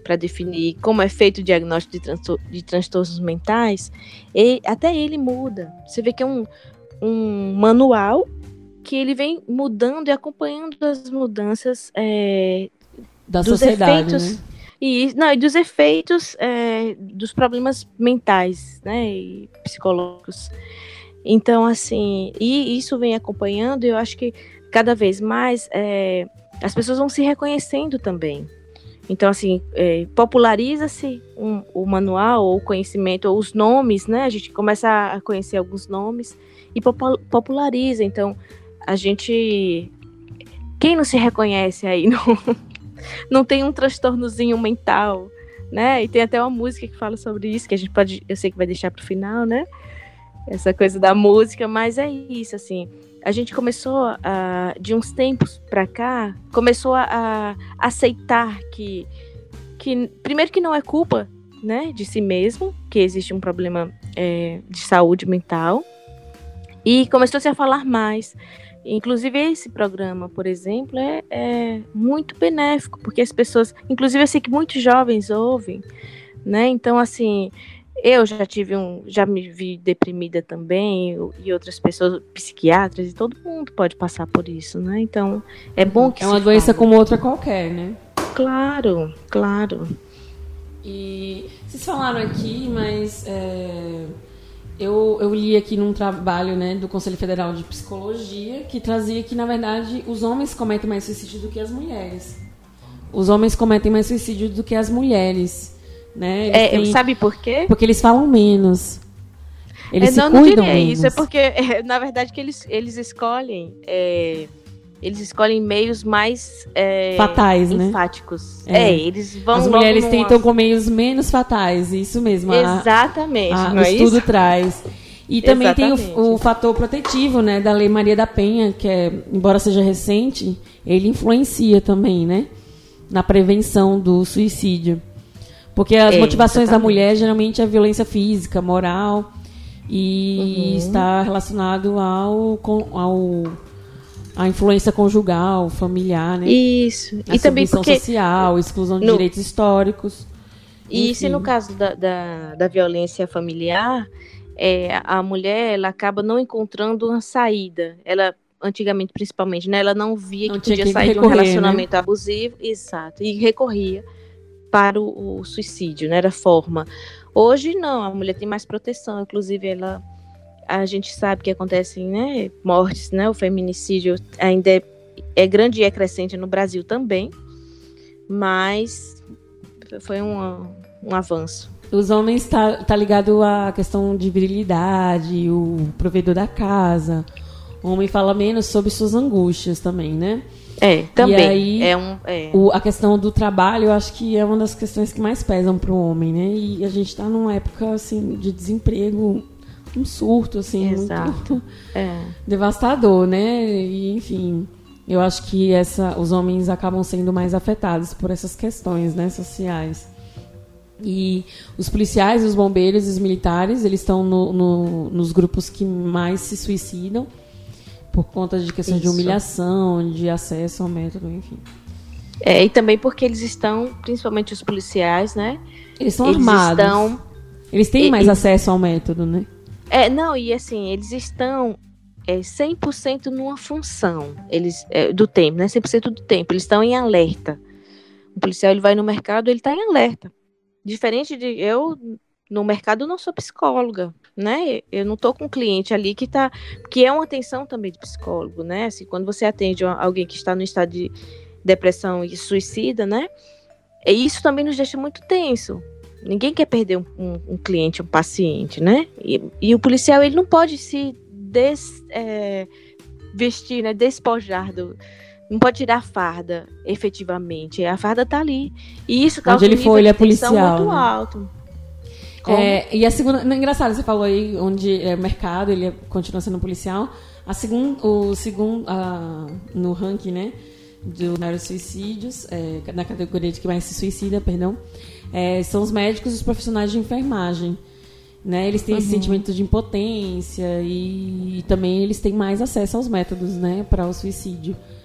para definir como é feito o diagnóstico de, transtor- de transtornos mentais, e até ele muda. Você vê que é um, um manual que ele vem mudando e acompanhando as mudanças é, da dos sociedade, efeitos, né? e, não, e dos efeitos é, dos problemas mentais, né, e psicológicos. Então, assim, e isso vem acompanhando, e eu acho que cada vez mais é, as pessoas vão se reconhecendo também. Então, assim, é, populariza-se um, o manual, ou o conhecimento, ou os nomes, né? A gente começa a conhecer alguns nomes e popul- populariza. Então, a gente... Quem não se reconhece aí? Não, não tem um transtornozinho mental, né? E tem até uma música que fala sobre isso, que a gente pode... Eu sei que vai deixar para o final, né? Essa coisa da música, mas é isso, assim... A gente começou, a, de uns tempos para cá, começou a, a aceitar que, que, primeiro que não é culpa, né, de si mesmo, que existe um problema é, de saúde mental, e começou-se a falar mais. Inclusive esse programa, por exemplo, é, é muito benéfico, porque as pessoas, inclusive eu sei que muitos jovens ouvem, né, então assim... Eu já tive um, já me vi deprimida também, eu, e outras pessoas, psiquiatras, e todo mundo pode passar por isso, né? Então, é bom que é uma doença fale. Como outra qualquer, né? Claro, claro. E vocês falaram aqui, mas é, eu, eu li aqui num trabalho, né, do Conselho Federal de Psicologia, que trazia que, na verdade, os homens cometem mais suicídio do que as mulheres. Os homens cometem mais suicídio do que as mulheres. Né? É, têm... Sabe por quê? Porque eles falam menos. Eles é, se não, cuidam não diria menos. Isso é porque, é, na verdade, que eles, eles escolhem é, eles escolhem meios mais é, fatais, enfáticos. né? É. é, eles vão As mulheres numa... tentam com meios menos fatais, isso mesmo. Exatamente. A, a, não o é estudo isso? traz. E também Exatamente. tem o, o fator protetivo, né, da Lei Maria da Penha, que é, embora seja recente, ele influencia também, né, na prevenção do suicídio. Porque as é, motivações exatamente. Da mulher geralmente é violência física, moral, e uhum. está relacionado ao, ao a influência conjugal, familiar, né? Isso. A e também porque social, exclusão de no... direitos históricos. E se no caso da, da, da violência familiar, é, a mulher ela acaba não encontrando uma saída. Ela antigamente, principalmente, né? Ela não via não que podia que sair recorrer, de um relacionamento, né? Abusivo, exato, e recorria para o, o suicídio, né? Era forma. Hoje não, a mulher tem mais proteção, inclusive ela, a gente sabe que acontecem, né, mortes, né? O feminicídio ainda é, é grande e é crescente no Brasil também, mas foi um, um avanço. Os homens tá, tá ligado à questão de virilidade, o provedor da casa. O homem fala menos sobre suas angústias também, né? É, também. E aí, é um, é. O, a questão do trabalho, eu acho que é uma das questões que mais pesam para o homem, né? E a gente está numa época, assim, de desemprego, um surto, assim, Exato. muito é. devastador, né? E, enfim, eu acho que essa, os homens acabam sendo mais afetados por essas questões, né, sociais. E os policiais, os bombeiros e os militares, eles estão no, no, nos grupos que mais se suicidam, por conta de questões Isso. de humilhação, de acesso ao método, enfim. É, e também porque eles estão, principalmente os policiais, né? Eles são eles armados. Estão, eles têm mais e, acesso ao método, né? É, não, e assim, eles estão é, cem por cento numa função eles, é, do tempo, né? cem por cento do tempo. Eles estão em alerta. O policial ele vai no mercado, ele está em alerta. Diferente de eu... No mercado eu não sou psicóloga, né? Eu não estou com um cliente ali que tá, que é uma atenção também de psicólogo, né? Assim, quando você atende alguém que está no estado de depressão e suicida, né? Isso também nos deixa muito tenso. Ninguém quer perder um, um, um cliente, um paciente, né? E, e o policial ele não pode se des, é, vestir, né? Despojar do, não pode tirar a farda, efetivamente. A farda está ali. E isso causa um nível de tensão muito alto. É, e a segunda, não, engraçado, você falou aí onde é o mercado, ele continua sendo policial. A segun, o segundo, a, no ranking, né, do neurosuicídios, é, na categoria de que mais se suicida, perdão, é, são os médicos e os profissionais de enfermagem, né? Eles têm uhum. esse sentimento de impotência e, e também eles têm mais acesso aos métodos, né, para o suicídio.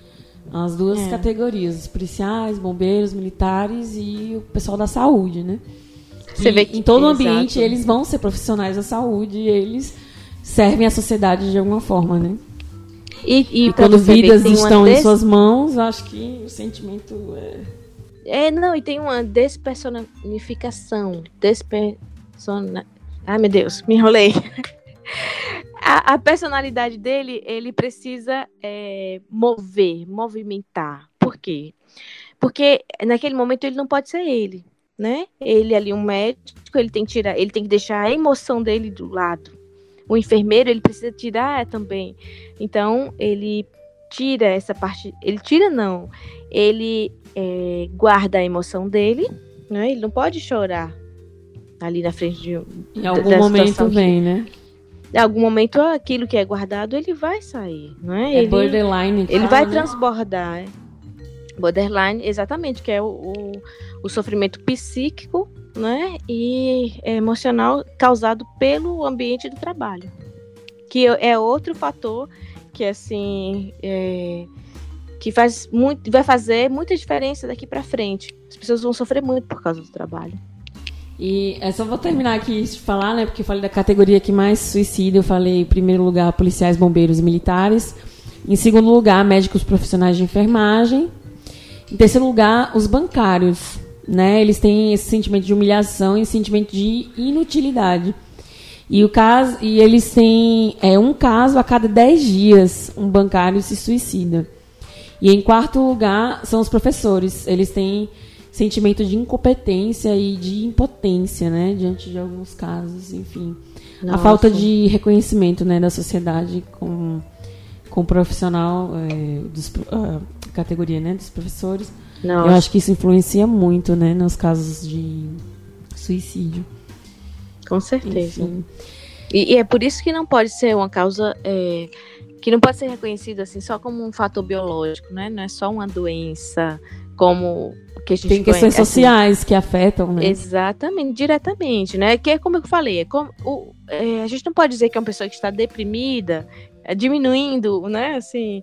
As duas é. categorias, os policiais, bombeiros, militares e o pessoal da saúde, né? Você vê que em todo o ambiente exato. Eles vão ser profissionais da saúde e eles servem à sociedade de alguma forma, né? E, e, e quando vidas estão des... em suas mãos, acho que o sentimento é... É, não, e tem uma despersonificação. Despersona... Ai, meu Deus, me enrolei. A, a personalidade dele, ele precisa é, mover, movimentar. Por quê? Porque naquele momento ele não pode ser ele, né? Ele ali, um médico, ele tem que tirar, ele tem que deixar a emoção dele do lado. O enfermeiro, ele precisa tirar também. Então, ele tira essa parte, ele tira não, ele é, guarda a emoção dele, né? Ele não pode chorar ali na frente de... Em algum momento vem, que, né? Em algum momento, aquilo que é guardado, ele vai sair, não é? É ele, borderline. Ele fala, vai né? transbordar. É. Borderline, exatamente, que é o, o, o sofrimento psíquico, né? E emocional causado pelo ambiente do trabalho. Que é outro fator que, assim, é, que faz muito, vai fazer muita diferença daqui para frente. As pessoas vão sofrer muito por causa do trabalho. E é só vou terminar aqui de falar, né? Porque eu falei da categoria que mais suicida. Eu falei, em primeiro lugar, policiais, bombeiros e militares. Em segundo lugar, médicos profissionais de enfermagem. Em terceiro lugar, os bancários, né? Eles têm esse sentimento de humilhação e esse sentimento de inutilidade. E, o caso, e eles têm é, um caso a cada dez dias, um bancário se suicida. E em quarto lugar, são os professores. Eles têm sentimento de incompetência e de impotência, né, diante de alguns casos, enfim. Nossa. A falta de reconhecimento, né, da sociedade com, com o profissional, é, dos, a categoria, né, dos professores. Nossa. Eu acho que isso influencia muito, né, nos casos de suicídio. Com certeza. E, e é por isso que não pode ser uma causa... É, que não pode ser reconhecida assim, só como um fator biológico, né? Não é só uma doença como... Que a gente tem questões conhece, sociais assim, que afetam, né? Exatamente, diretamente, né? Que é como eu falei, é como, o, é, a gente não pode dizer que é uma pessoa que está deprimida, é, diminuindo, né? Assim,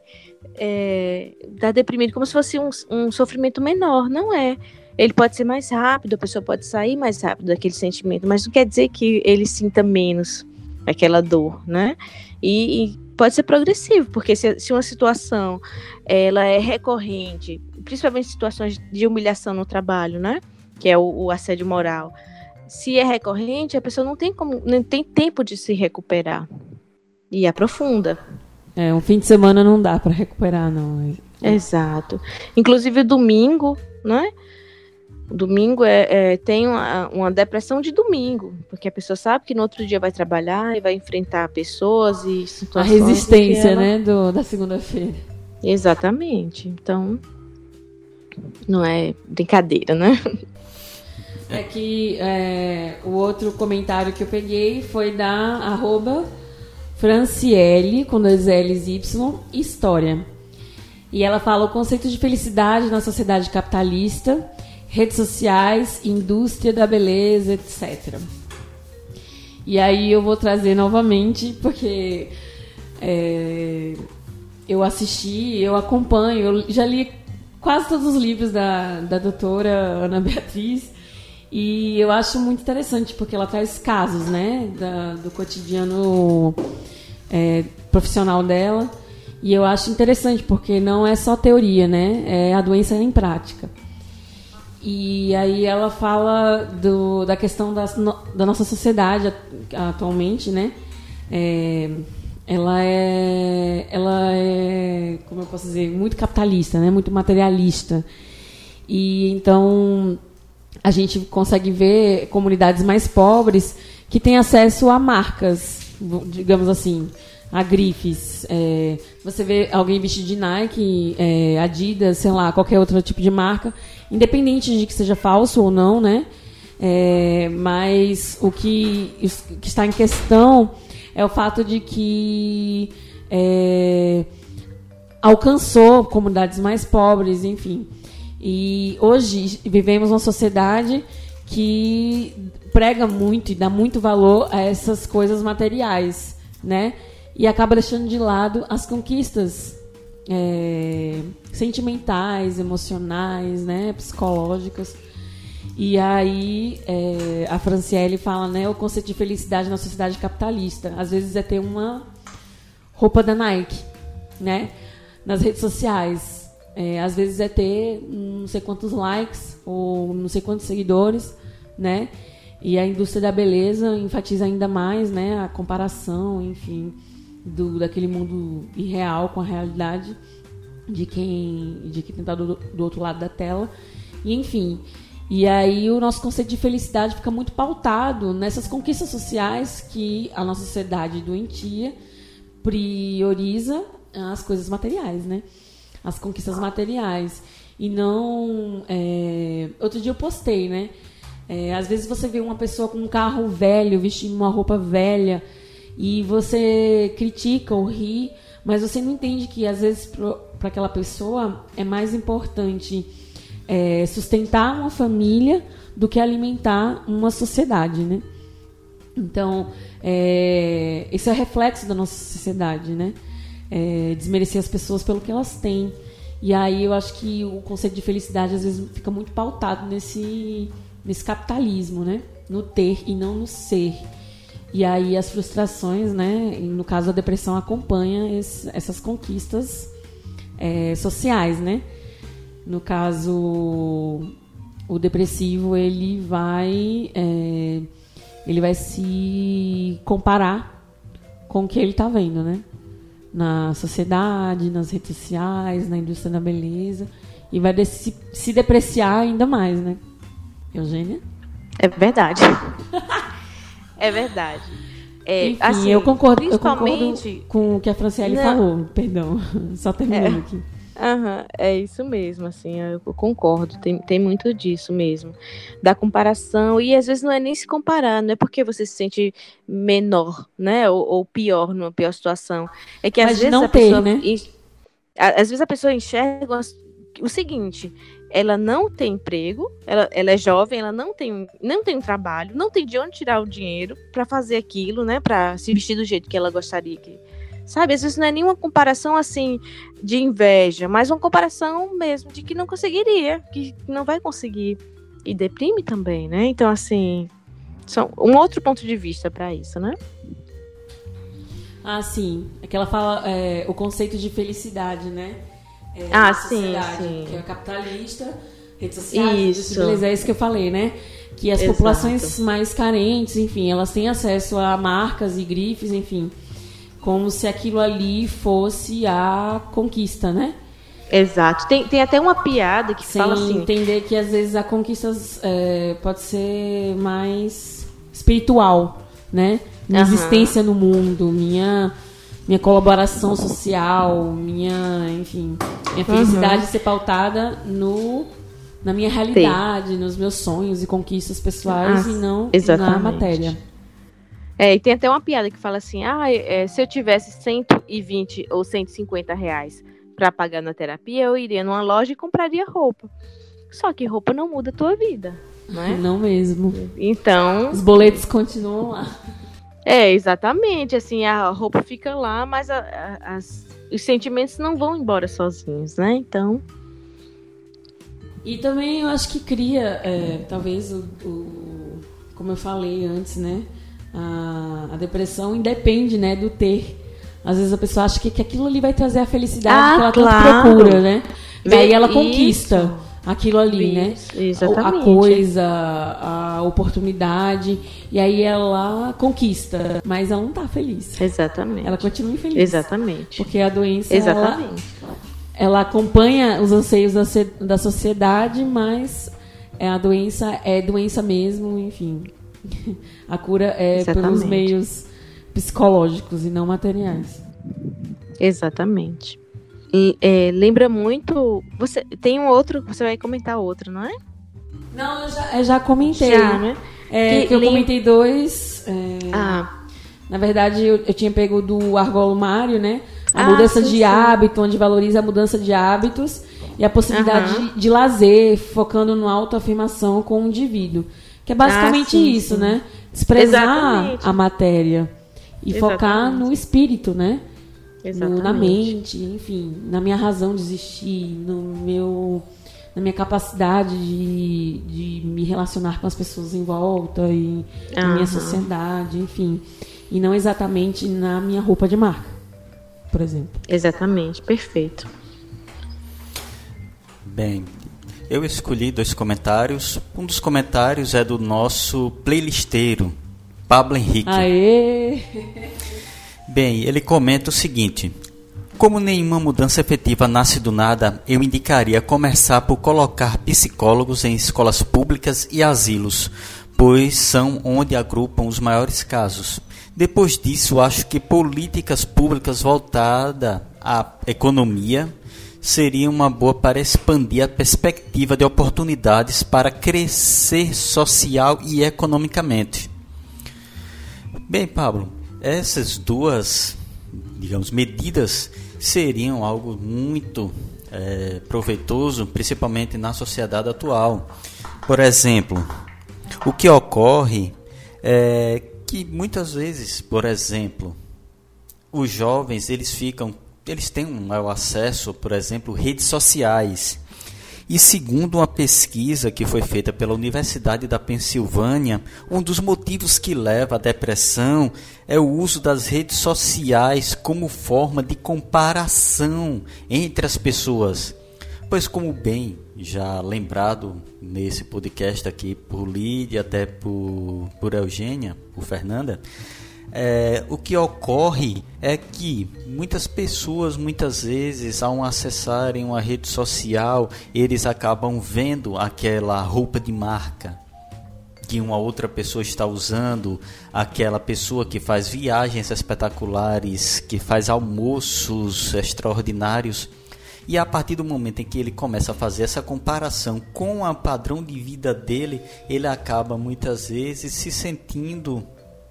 é, está deprimido como se fosse um, um sofrimento menor, não é? Ele pode ser mais rápido, a pessoa pode sair mais rápido daquele sentimento, mas não quer dizer que ele sinta menos aquela dor, né? E, e pode ser progressivo, porque se, se uma situação ela é recorrente, principalmente situações de humilhação no trabalho, né? Que é o, o assédio moral. Se é recorrente, a pessoa não tem como, não tem tempo de se recuperar. E aprofunda. É, um fim de semana não dá para recuperar, não. Exato. Inclusive o domingo, né? O domingo é, é, tem uma, uma depressão de domingo, porque a pessoa sabe que no outro dia vai trabalhar e vai enfrentar pessoas e situações. A resistência, ela... né, do, da segunda-feira. Exatamente. Então, não é brincadeira, né? É que é, o outro comentário que eu peguei foi da arroba Franciele, com dois L's e Y, História. E ela fala o conceito de felicidade na sociedade capitalista, redes sociais, indústria da beleza, etcétera. E aí eu vou trazer novamente, porque é, eu assisti, eu acompanho, eu já li quase todos os livros da, da doutora Ana Beatriz, e eu acho muito interessante, porque ela traz casos, né, da, do cotidiano é, profissional dela, e eu acho interessante, porque não é só teoria, né, é a doença em prática. E aí ela fala do, da questão das, no, da nossa sociedade atualmente, né? É, ela é, ela é, como eu posso dizer, muito capitalista, né? Muito materialista. E então a gente consegue ver comunidades mais pobres que têm acesso a marcas, digamos assim, a grifes. É, você vê alguém vestido de Nike, é, Adidas, sei lá, qualquer outro tipo de marca, independente de que seja falso ou não, né? É, mas o que, que está em questão é o fato de que é, alcançou comunidades mais pobres, enfim. E hoje vivemos uma sociedade que prega muito e dá muito valor a essas coisas materiais, né? E acaba deixando de lado as conquistas é, sentimentais, emocionais, né, psicológicas. E aí é, a Franciele fala, né, o conceito de felicidade na sociedade capitalista. Às vezes é ter uma roupa da Nike, né, nas redes sociais. É, às vezes é ter não sei quantos likes ou não sei quantos seguidores, né? E a indústria da beleza enfatiza ainda mais, né, a comparação, enfim, do, daquele mundo irreal com a realidade de quem de quem está do, do outro lado da tela. E, enfim, e aí o nosso conceito de felicidade fica muito pautado nessas conquistas sociais que a nossa sociedade doentia prioriza as coisas materiais, né? As conquistas materiais. E não... É... Outro dia eu postei, né? É, às vezes você vê uma pessoa com um carro velho, vestindo uma roupa velha, e você critica ou ri, mas você não entende que, às vezes, para aquela pessoa é mais importante é, sustentar uma família do que alimentar uma sociedade, né? Então, é, esse é o reflexo da nossa sociedade, né? É, desmerecer as pessoas pelo que elas têm. E aí eu acho que o conceito de felicidade, às vezes, fica muito pautado nesse... nesse capitalismo, né? No ter e não no ser. E aí as frustrações, né? No caso a depressão acompanha esse, essas conquistas é, sociais, né? No caso o depressivo ele vai é, ele vai se comparar com o que ele está vendo, né? Na sociedade, nas redes sociais, na indústria da beleza, e vai se, se depreciar ainda mais, né? Eugênia? É verdade. É verdade. É, Enfim, assim, eu concordo, principalmente... eu concordo com o que a Franciele Não. falou. Perdão, só terminando É. aqui. Uhum, é isso mesmo, assim, eu concordo, tem, tem muito disso mesmo, da comparação, e às vezes não é nem se comparar, não é porque você se sente menor, né, ou, ou pior, numa pior situação, é que às Mas vezes não a ter, pessoa, né? en- a- às vezes a pessoa enxerga as- o seguinte, ela não tem emprego, ela, ela é jovem, ela não tem, não tem um trabalho, não tem de onde tirar o dinheiro para fazer aquilo, né, para se vestir do jeito que ela gostaria que... Sabe, às vezes não é nenhuma comparação assim de inveja, mas uma comparação mesmo de que não conseguiria, que não vai conseguir. E deprime também, né? Então, assim, são um outro ponto de vista para isso, né? Ah, sim. É que ela fala é, o conceito de felicidade, né? É, Ah, na sim, sociedade, sim. que é capitalista, redes sociais, Isso. beleza, é isso que eu falei, né? Que as Exato. populações mais carentes, enfim, elas têm acesso a marcas e grifes, enfim, como se aquilo ali fosse a conquista, né? Exato. Tem, tem até uma piada que Sem fala assim... entender que às vezes a conquista é, pode ser mais espiritual, né? Minha Aham. existência no mundo, minha, minha colaboração social, minha, enfim, minha felicidade ser pautada no, na minha realidade, nos meus sonhos e conquistas pessoais Ah, e não exatamente. na matéria. É, e tem até uma piada que fala assim, ah, é, se eu tivesse cento e vinte ou cento e cinquenta reais para pagar na terapia, eu iria numa loja e compraria roupa. Só que roupa não muda a tua vida, não é? Não mesmo. Então, Os boletos continuam lá. é, exatamente, assim, a roupa fica lá, mas a- a- as- os sentimentos não vão embora sozinhos, né? Então, E também eu acho que cria, é, talvez, o, o- como eu falei antes, né? A, a depressão independe, né, do ter. Às vezes a pessoa acha que, que aquilo ali vai trazer a felicidade Ah, que ela claro. tanto procura, né? E aí ela Isso. conquista aquilo ali, né? Isso, A exatamente. coisa, a oportunidade. E aí ela conquista, mas ela não tá feliz. exatamente. Ela continua infeliz. Exatamente. Porque a doença, ela, Exatamente. ela acompanha os anseios da, se- da sociedade, mas é, a doença é doença mesmo, enfim. A cura é pelos Exatamente. meios psicológicos e não materiais. Exatamente. E, é, lembra muito. Você tem um outro, você vai comentar outro, não é? Não, eu já, eu já comentei. Já, né? É, Que que eu lem- comentei dois. é, Ah, Na verdade, eu, eu tinha pego do Argolo Mário, né? A Ah, mudança sim, de sim. hábito, onde valoriza a mudança de hábitos e a possibilidade Aham. de, de lazer, focando na autoafirmação com o indivíduo. Que é basicamente Ah, sim, isso, sim. né? Desprezar Exatamente. a matéria e focar Exatamente. no espírito, né? no, na mente, enfim, na minha razão de existir, no meu, na minha capacidade de, de me relacionar com as pessoas em volta e uhum. na minha sociedade, enfim. E não exatamente na minha roupa de marca, por exemplo. Exatamente, perfeito. Bem, eu escolhi dois comentários. Um dos comentários é do nosso playlisteiro, Pablo Henrique. Aê! Bem, ele comenta o seguinte: como nenhuma mudança efetiva nasce do nada, eu indicaria começar por colocar psicólogos em escolas públicas e asilos, pois são onde agrupam os maiores casos. Depois disso, acho que políticas públicas voltadas à economia seria uma boa para expandir a perspectiva de oportunidades para crescer social e economicamente. Bem, Pablo, essas duas, digamos, medidas seriam algo muito é, proveitoso, principalmente na sociedade atual. Por exemplo, o que ocorre é que muitas vezes, por exemplo, os jovens eles ficam eles têm um maior acesso, por exemplo, redes sociais. E segundo uma pesquisa que foi feita pela Universidade da Pensilvânia, um dos motivos que leva à depressão é o uso das redes sociais como forma de comparação entre as pessoas. Pois, como bem já lembrado nesse podcast aqui por Lídia, até por, por Eugênia, por Fernanda, É, o que ocorre é que muitas pessoas, muitas vezes, ao acessarem uma rede social, eles acabam vendo aquela roupa de marca que uma outra pessoa está usando, aquela pessoa que faz viagens espetaculares, que faz almoços extraordinários. E a partir do momento em que ele começa a fazer essa comparação com o padrão de vida dele, ele acaba muitas vezes se sentindo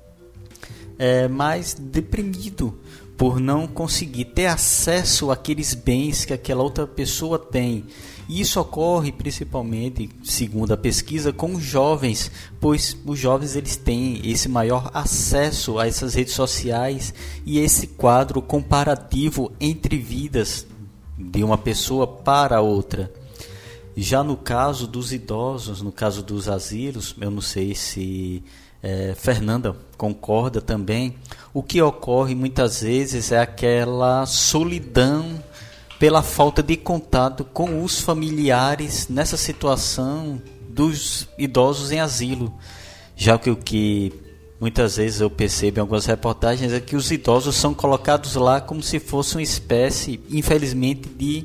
É, mais deprimido por não conseguir ter acesso àqueles bens que aquela outra pessoa tem. E isso ocorre principalmente, segundo a pesquisa, com os jovens, pois os jovens eles têm esse maior acesso a essas redes sociais e esse quadro comparativo entre vidas de uma pessoa para outra. Já no caso dos idosos, no caso dos asilos, eu não sei se É, Fernanda concorda também, o que ocorre muitas vezes é aquela solidão pela falta de contato com os familiares nessa situação dos idosos em asilo, já que o que muitas vezes eu percebo em algumas reportagens é que os idosos são colocados lá como se fosse uma espécie, infelizmente, de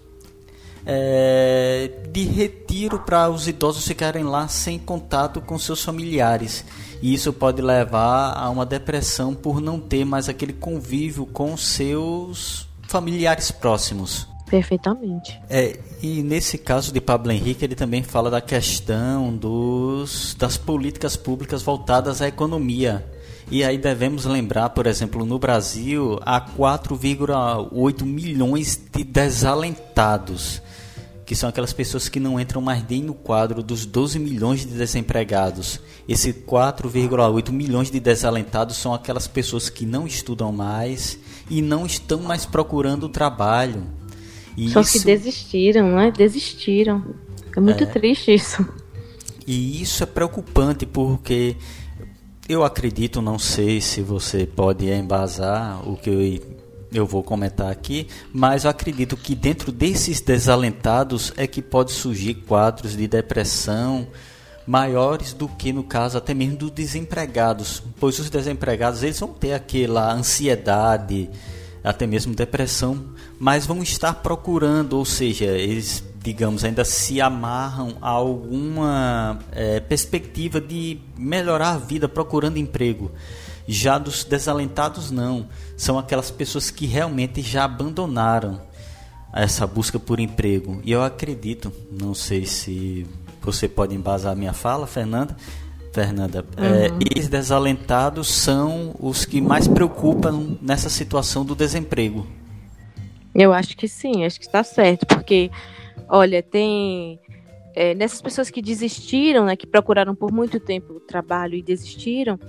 É, de retiro para os idosos ficarem lá sem contato com seus familiares, e isso pode levar a uma depressão por não ter mais aquele convívio com seus familiares próximos. Perfeitamente. É, e nesse caso de Pablo Henrique, ele também fala da questão dos, das políticas públicas voltadas à economia. E aí devemos lembrar, por exemplo, no Brasil há quatro vírgula oito milhões de desalentados, que são aquelas pessoas que não entram mais nem no quadro dos doze milhões de desempregados. Esse quatro vírgula oito milhões de desalentados são aquelas pessoas que não estudam mais e não estão mais procurando trabalho. E Só isso... que desistiram, não é? Desistiram. É muito é... triste isso. E isso é preocupante porque eu acredito, não sei se você pode embasar o que eu... eu vou comentar aqui, mas eu acredito que dentro desses desalentados é que pode surgir quadros de depressão maiores do que no caso até mesmo dos desempregados, pois os desempregados eles vão ter aquela ansiedade, até mesmo depressão, mas vão estar procurando, ou seja, eles, digamos, ainda se amarram a alguma é, perspectiva de melhorar a vida procurando emprego. Já dos desalentados não, são aquelas pessoas que realmente já abandonaram essa busca por emprego. E eu acredito, não sei se você pode embasar a minha fala, Fernanda, Fernanda, uhum. é, esses desalentados são os que mais preocupam nessa situação do desemprego. Eu acho que sim, acho que está certo, porque, olha, tem é, nessas pessoas que desistiram, né, que procuraram por muito tempo o trabalho e desistiram,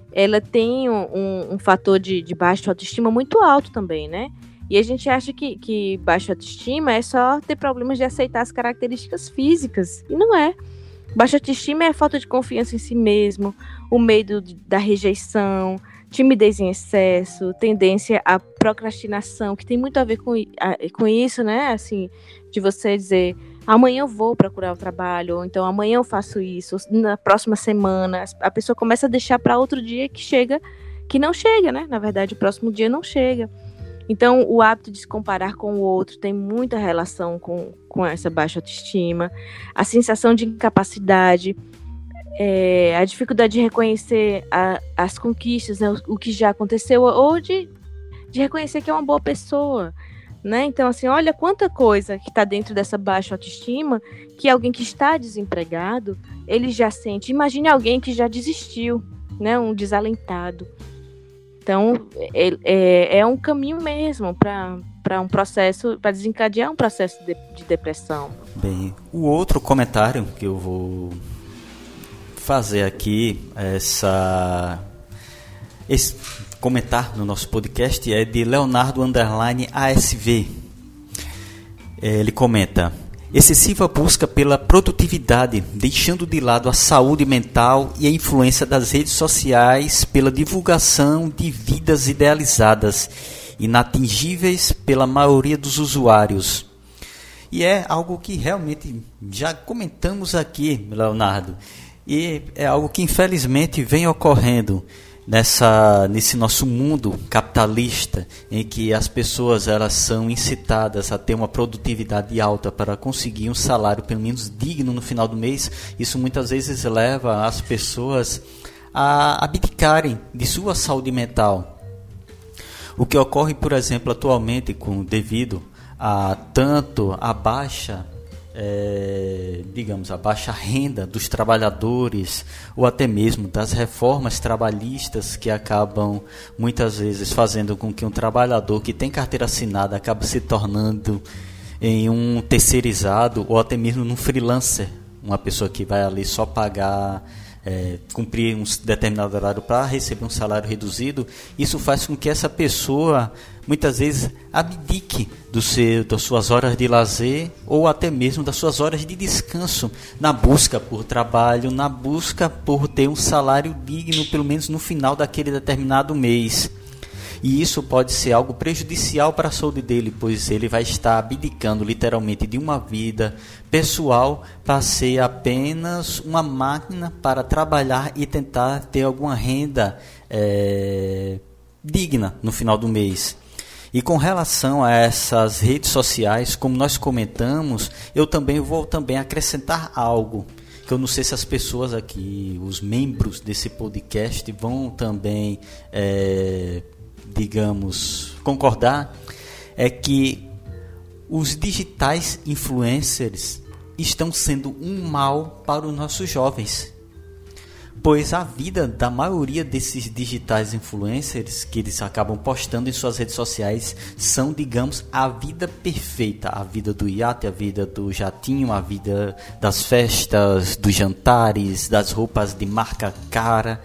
ela tem um, um, um fator de, de baixa autoestima muito alto também, né? E a gente acha que, que baixa autoestima é só ter problemas de aceitar as características físicas. E não é. Baixa autoestima é falta de confiança em si mesmo, o medo de, da rejeição, timidez em excesso, tendência à procrastinação, que tem muito a ver com, a, com isso, né? Assim, de você dizer, amanhã eu vou procurar o trabalho, ou então amanhã eu faço isso, na próxima semana. A pessoa começa a deixar para outro dia que chega, que não chega, né? Na verdade, o próximo dia não chega. Então, o hábito de se comparar com o outro tem muita relação com, com essa baixa autoestima, a sensação de incapacidade, é, a dificuldade de reconhecer a, as conquistas, né, o, o que já aconteceu, ou de, de reconhecer que é uma boa pessoa, né? Então, assim, olha quanta coisa que está dentro dessa baixa autoestima que alguém que está desempregado, ele já sente. Imagine alguém que já desistiu, né? Um desalentado. Então, é, é, é um caminho mesmo para um processo, para desencadear um processo de, de depressão. Bem, o outro comentário que eu vou fazer aqui, essa, esse comentar no nosso podcast é de Leonardo Underline A S V. Ele comenta: excessiva busca pela produtividade, deixando de lado a saúde mental e a influência das redes sociais pela divulgação de vidas idealizadas, inatingíveis pela maioria dos usuários. E é algo que realmente já comentamos aqui, Leonardo, e é algo que infelizmente vem ocorrendo nessa, nesse nosso mundo capitalista, em que as pessoas elas são incitadas a ter uma produtividade alta para conseguir um salário pelo menos digno no final do mês. Isso muitas vezes leva as pessoas a abdicarem de sua saúde mental. O que ocorre, por exemplo, atualmente com, devido a tanto a baixa É, digamos, a baixa renda dos trabalhadores, ou até mesmo das reformas trabalhistas que acabam muitas vezes fazendo com que um trabalhador que tem carteira assinada acabe se tornando em um terceirizado, ou até mesmo num freelancer, uma pessoa que vai ali só pagar, é, cumprir um determinado horário para receber um salário reduzido. Isso faz com que essa pessoa muitas vezes abdique do seu, das suas horas de lazer ou até mesmo das suas horas de descanso na busca por trabalho, na busca por ter um salário digno pelo menos no final daquele determinado mês. E isso pode ser algo prejudicial para a saúde dele, pois ele vai estar abdicando literalmente de uma vida pessoal para ser apenas uma máquina para trabalhar e tentar ter alguma renda é, digna no final do mês. E com relação a essas redes sociais, como nós comentamos, eu também vou também acrescentar algo, que eu não sei se as pessoas aqui, os membros desse podcast, vão também, é, digamos, concordar, é que os digitais influencers estão sendo um mal para os nossos jovens. Pois a vida da maioria desses digitais influencers que eles acabam postando em suas redes sociais são, digamos, a vida perfeita. A vida do iate, a vida do jatinho, a vida das festas, dos jantares, das roupas de marca cara.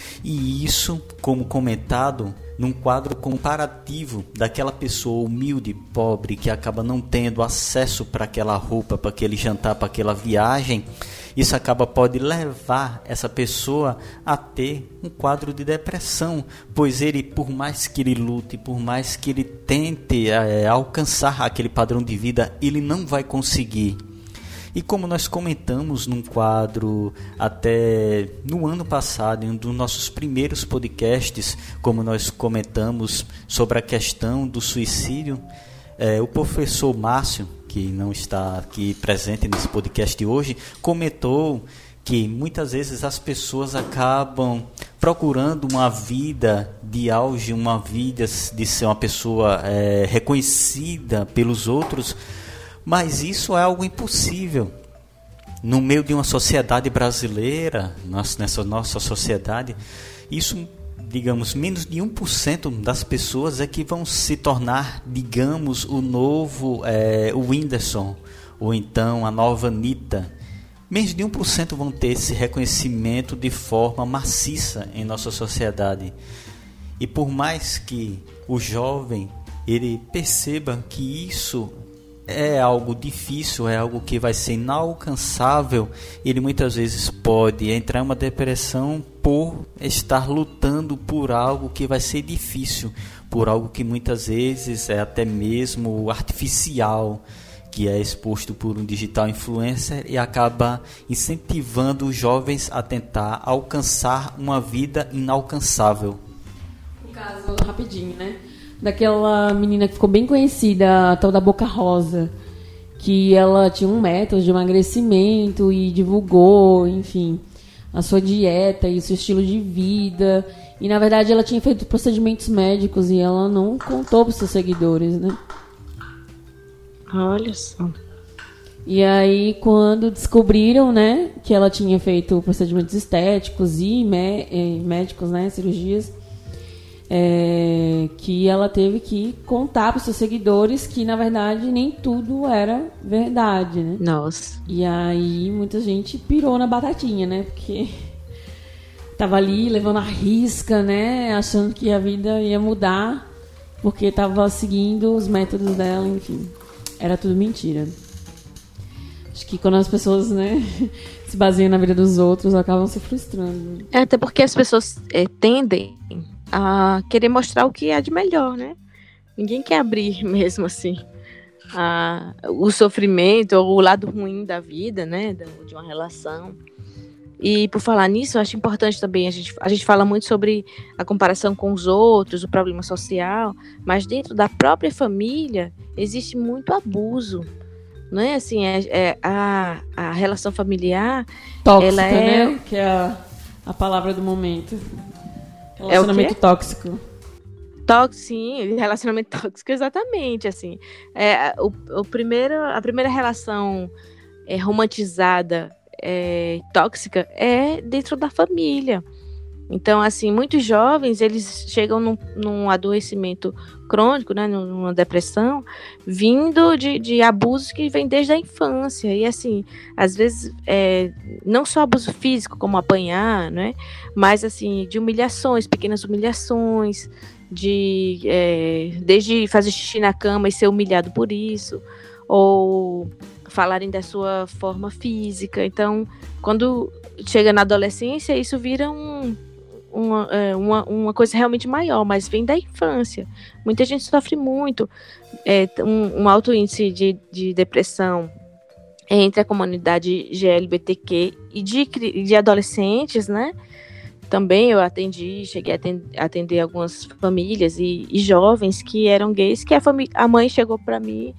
E isso, como comentado, num quadro comparativo daquela pessoa humilde, pobre, que acaba não tendo acesso para aquela roupa, para aquele jantar, para aquela viagem. Isso acaba pode levar essa pessoa a ter um quadro de depressão, pois ele, por mais que ele lute, por mais que ele tente é, alcançar aquele padrão de vida, ele não vai conseguir. E como nós comentamos num quadro até no ano passado, em um dos nossos primeiros podcasts, como nós comentamos sobre a questão do suicídio, é, o professor Márcio, que não está aqui presente nesse podcast de hoje, comentou que muitas vezes as pessoas acabam procurando uma vida de auge, uma vida de ser uma pessoa é, reconhecida pelos outros, mas isso é algo impossível. No meio de uma sociedade brasileira, nessa nossa sociedade, isso, digamos, menos de um por cento das pessoas é que vão se tornar, digamos, o novo é, o Whindersson, ou então a nova Anitta. menos de um por cento vão ter esse reconhecimento de forma maciça em nossa sociedade. E por mais que o jovem ele perceba que isso é algo difícil, é algo que vai ser inalcançável, ele muitas vezes pode entrar em uma depressão por estar lutando por algo que vai ser difícil, por algo que muitas vezes é até mesmo artificial, que é exposto por um digital influencer e acaba incentivando os jovens a tentar alcançar uma vida inalcançável. No caso, rapidinho, né? Daquela menina que ficou bem conhecida, a tal da Boca Rosa, que ela tinha um método de emagrecimento e divulgou, enfim, a sua dieta e o seu estilo de vida. E, na verdade, ela tinha feito procedimentos médicos e ela não contou para os seus seguidores, né? Olha só. E aí, quando descobriram, né, que ela tinha feito procedimentos estéticos e mé- médicos, né, cirurgias, É, que ela teve que contar para os seus seguidores que, na verdade, nem tudo era verdade, né? Nossa. E aí muita gente pirou na batatinha, né? Porque tava ali levando a risca, né? Achando que a vida ia mudar porque tava seguindo os métodos dela, enfim. Era tudo mentira. Acho que quando as pessoas, né, se baseiam na vida dos outros, acabam se frustrando. É, até porque as pessoas é, tendem a querer mostrar o que há de melhor, né? Ninguém quer abrir mesmo assim a, o sofrimento ou o lado ruim da vida, né? De uma relação. E por falar nisso, eu acho importante também, a gente, a gente fala muito sobre a comparação com os outros, o problema social, mas dentro da própria família existe muito abuso, não é? Assim, é, é a, a relação familiar... Tóxica, ela é... né? Que é a, a palavra do momento. Relacionamento é tóxico. Tóxico, sim, relacionamento tóxico, exatamente, assim. É, o, o primeiro, a primeira relação é, romantizada, é, tóxica, é dentro da família. Então, assim, muitos jovens, eles chegam num, num adoecimento crônico, né, numa depressão, vindo de, de abusos que vêm desde a infância. E, assim, às vezes, é, não só abuso físico, como apanhar, né, mas, assim, de humilhações, pequenas humilhações, de, é, desde fazer xixi na cama e ser humilhado por isso, ou falarem da sua forma física. Então, quando chega na adolescência, isso vira um... Uma, uma, uma coisa realmente maior, mas vem da infância. Muita gente sofre muito, é, um, um alto índice de, de depressão entre a comunidade G L B T Q e de, de adolescentes, né? Também eu atendi, cheguei a atender, atender algumas famílias e, e jovens que eram gays, que a, família, a mãe chegou para mim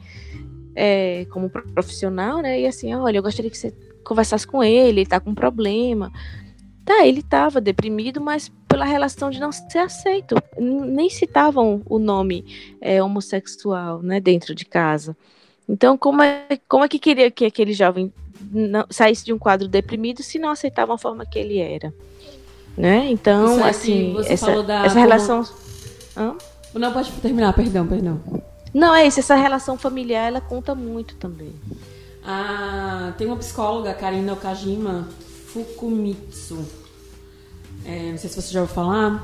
é, como profissional, né? E assim, olha, eu gostaria que você conversasse com ele, ele tá com um problema. Tá, ele estava deprimido, mas pela relação de não ser aceito. Nem citavam o nome é, homossexual, né, dentro de casa. Então, como é, como é que queria que aquele jovem não, saísse de um quadro deprimido se não aceitava a forma que ele era? Né? Então, Isso, assim, você essa, falou da, essa relação... Hã? Não, pode terminar, perdão, perdão. Não, é isso, essa relação familiar, ela conta muito também. Ah, tem uma psicóloga, Karina Okajima Fukumitsu, é, não sei se você já ouviu falar,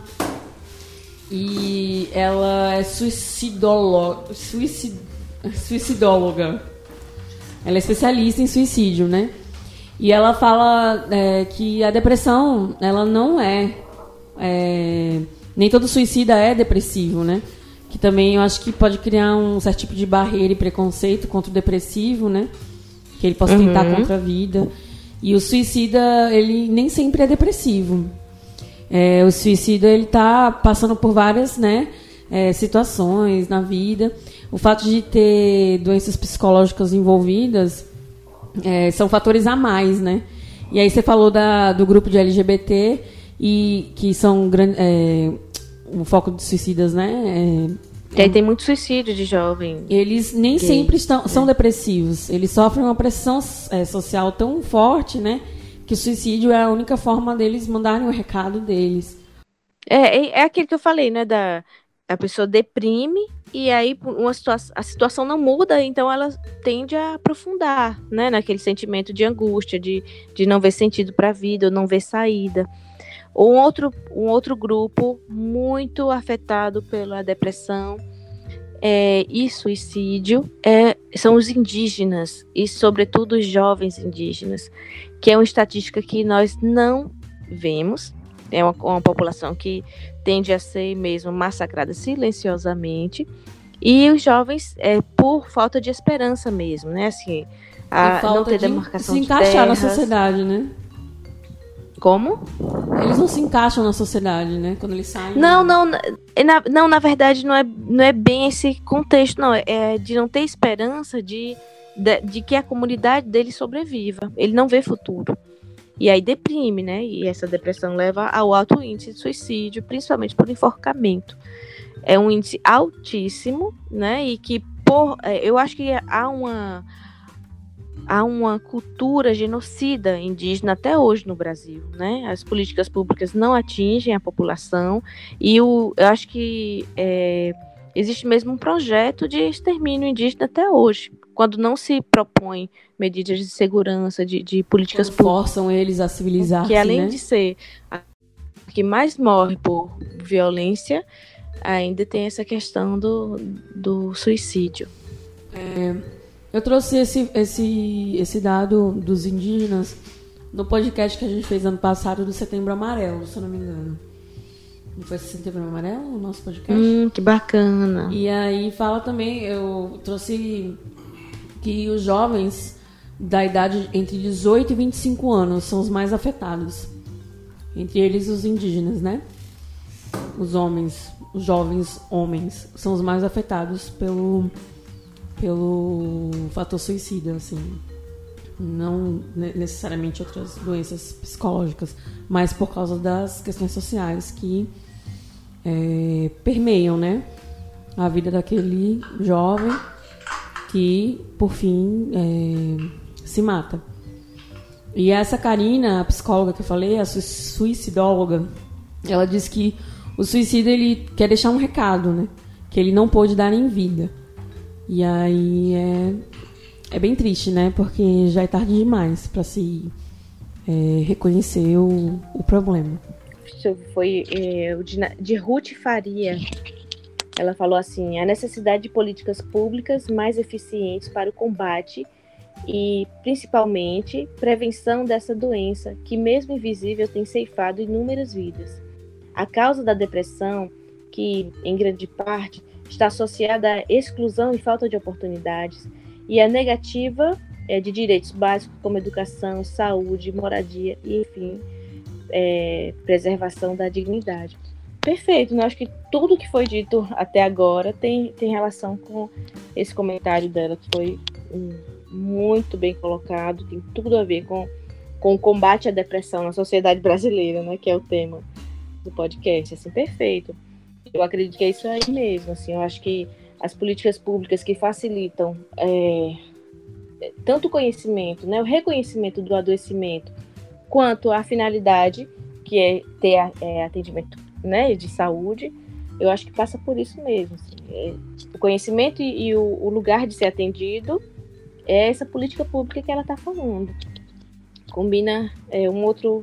e ela é suicidóloga, suicid, suicidóloga, ela é especialista em suicídio, né? E ela fala é, que a depressão, ela não é, é, nem todo suicida é depressivo, né? Que também eu acho que pode criar um certo tipo de barreira e preconceito contra o depressivo, né? Que ele possa uhum. tentar contra a vida. E o suicida, ele nem sempre é depressivo. É, o suicida, ele tá passando por várias, né, é, situações na vida. O fato de ter doenças psicológicas envolvidas é, são fatores a mais, né? E aí você falou da, do grupo de L G B T, e, que são é, um foco de suicidas, né? É, E aí tem muito suicídio de jovem. Eles nem gay. sempre estão, são é. depressivos. Eles sofrem uma pressão é, social tão forte, né? Que o suicídio é a única forma deles mandarem o recado deles. É, é, é aquilo que eu falei, né? Da, a pessoa deprime E aí uma situa- a situação não muda, então ela tende a aprofundar, né, naquele sentimento de angústia, de, de não ver sentido para a vida, ou não ver saída. Um outro, um outro grupo muito afetado pela depressão é, e suicídio é, são os indígenas, e sobretudo os jovens indígenas, que é uma estatística que nós não vemos. É uma, uma população que tende a ser mesmo massacrada silenciosamente, e os jovens é, por falta de esperança mesmo, né? Assim, a, falta não ter de demarcação se de encaixar terras. na sociedade, né? Como? Eles não se encaixam na sociedade, né? Quando eles saem. Não, não, na, na- não, na verdade não é, não é bem esse contexto, não. É de não ter esperança de, de, de que a comunidade dele sobreviva. Ele não vê futuro. E aí deprime, né? E essa depressão leva ao alto índice de suicídio, principalmente por enforcamento. É um índice altíssimo, né? E que por, é, eu acho que há uma há uma cultura genocida indígena até hoje no Brasil, né? As políticas públicas não atingem a população e o, eu acho que é, existe mesmo um projeto de extermínio indígena até hoje, quando não se propõe medidas de segurança, de, de políticas Quando públicas. forçam eles a civilizar-se, Que além né? de ser a que mais morre por violência, ainda tem essa questão do, do suicídio. Eu trouxe esse, esse, esse dado dos indígenas no podcast que a gente fez ano passado do Setembro Amarelo, se eu não me engano. Não foi Setembro Amarelo o nosso podcast? Hum, que bacana. E aí fala também, eu trouxe que os jovens da idade entre dezoito e vinte e cinco anos são os mais afetados. Entre eles os indígenas, né? Os homens, os jovens homens são os mais afetados pelo, pelo fator suicida, assim. Não necessariamente outras doenças psicológicas, mas por causa das questões sociais que é, permeiam, né, a vida daquele jovem que, por fim, é, se mata. E essa Karina, a psicóloga que eu falei, a suicidóloga, ela diz que o suicídio, ele quer deixar um recado, né, que ele não pôde dar em vida. E aí é, é bem triste, né, porque já é tarde demais para se é, reconhecer o, o problema. Isso foi é, de, de Ruth Faria. Ela falou assim: a necessidade de políticas públicas mais eficientes para o combate e, principalmente, prevenção dessa doença, que mesmo invisível tem ceifado inúmeras vidas. A causa da depressão, que, em grande parte, está associada à exclusão e falta de oportunidades, e à negativa é, de direitos básicos como educação, saúde, moradia e, enfim, é, preservação da dignidade. Perfeito, né? Acho que tudo que foi dito até agora tem, tem relação com esse comentário dela, que foi um, muito bem colocado, tem tudo a ver com, com o combate à depressão na sociedade brasileira, né? Que é o tema do podcast. Assim, perfeito. Eu acredito que é isso aí mesmo. Assim, eu acho que as políticas públicas que facilitam é, tanto o conhecimento, né, o reconhecimento do adoecimento, quanto a finalidade, que é ter é, atendimento, né, de saúde, eu acho que passa por isso mesmo. Assim, é, o conhecimento e, e o, o lugar de ser atendido é essa política pública que ela está falando. Combina é, um outro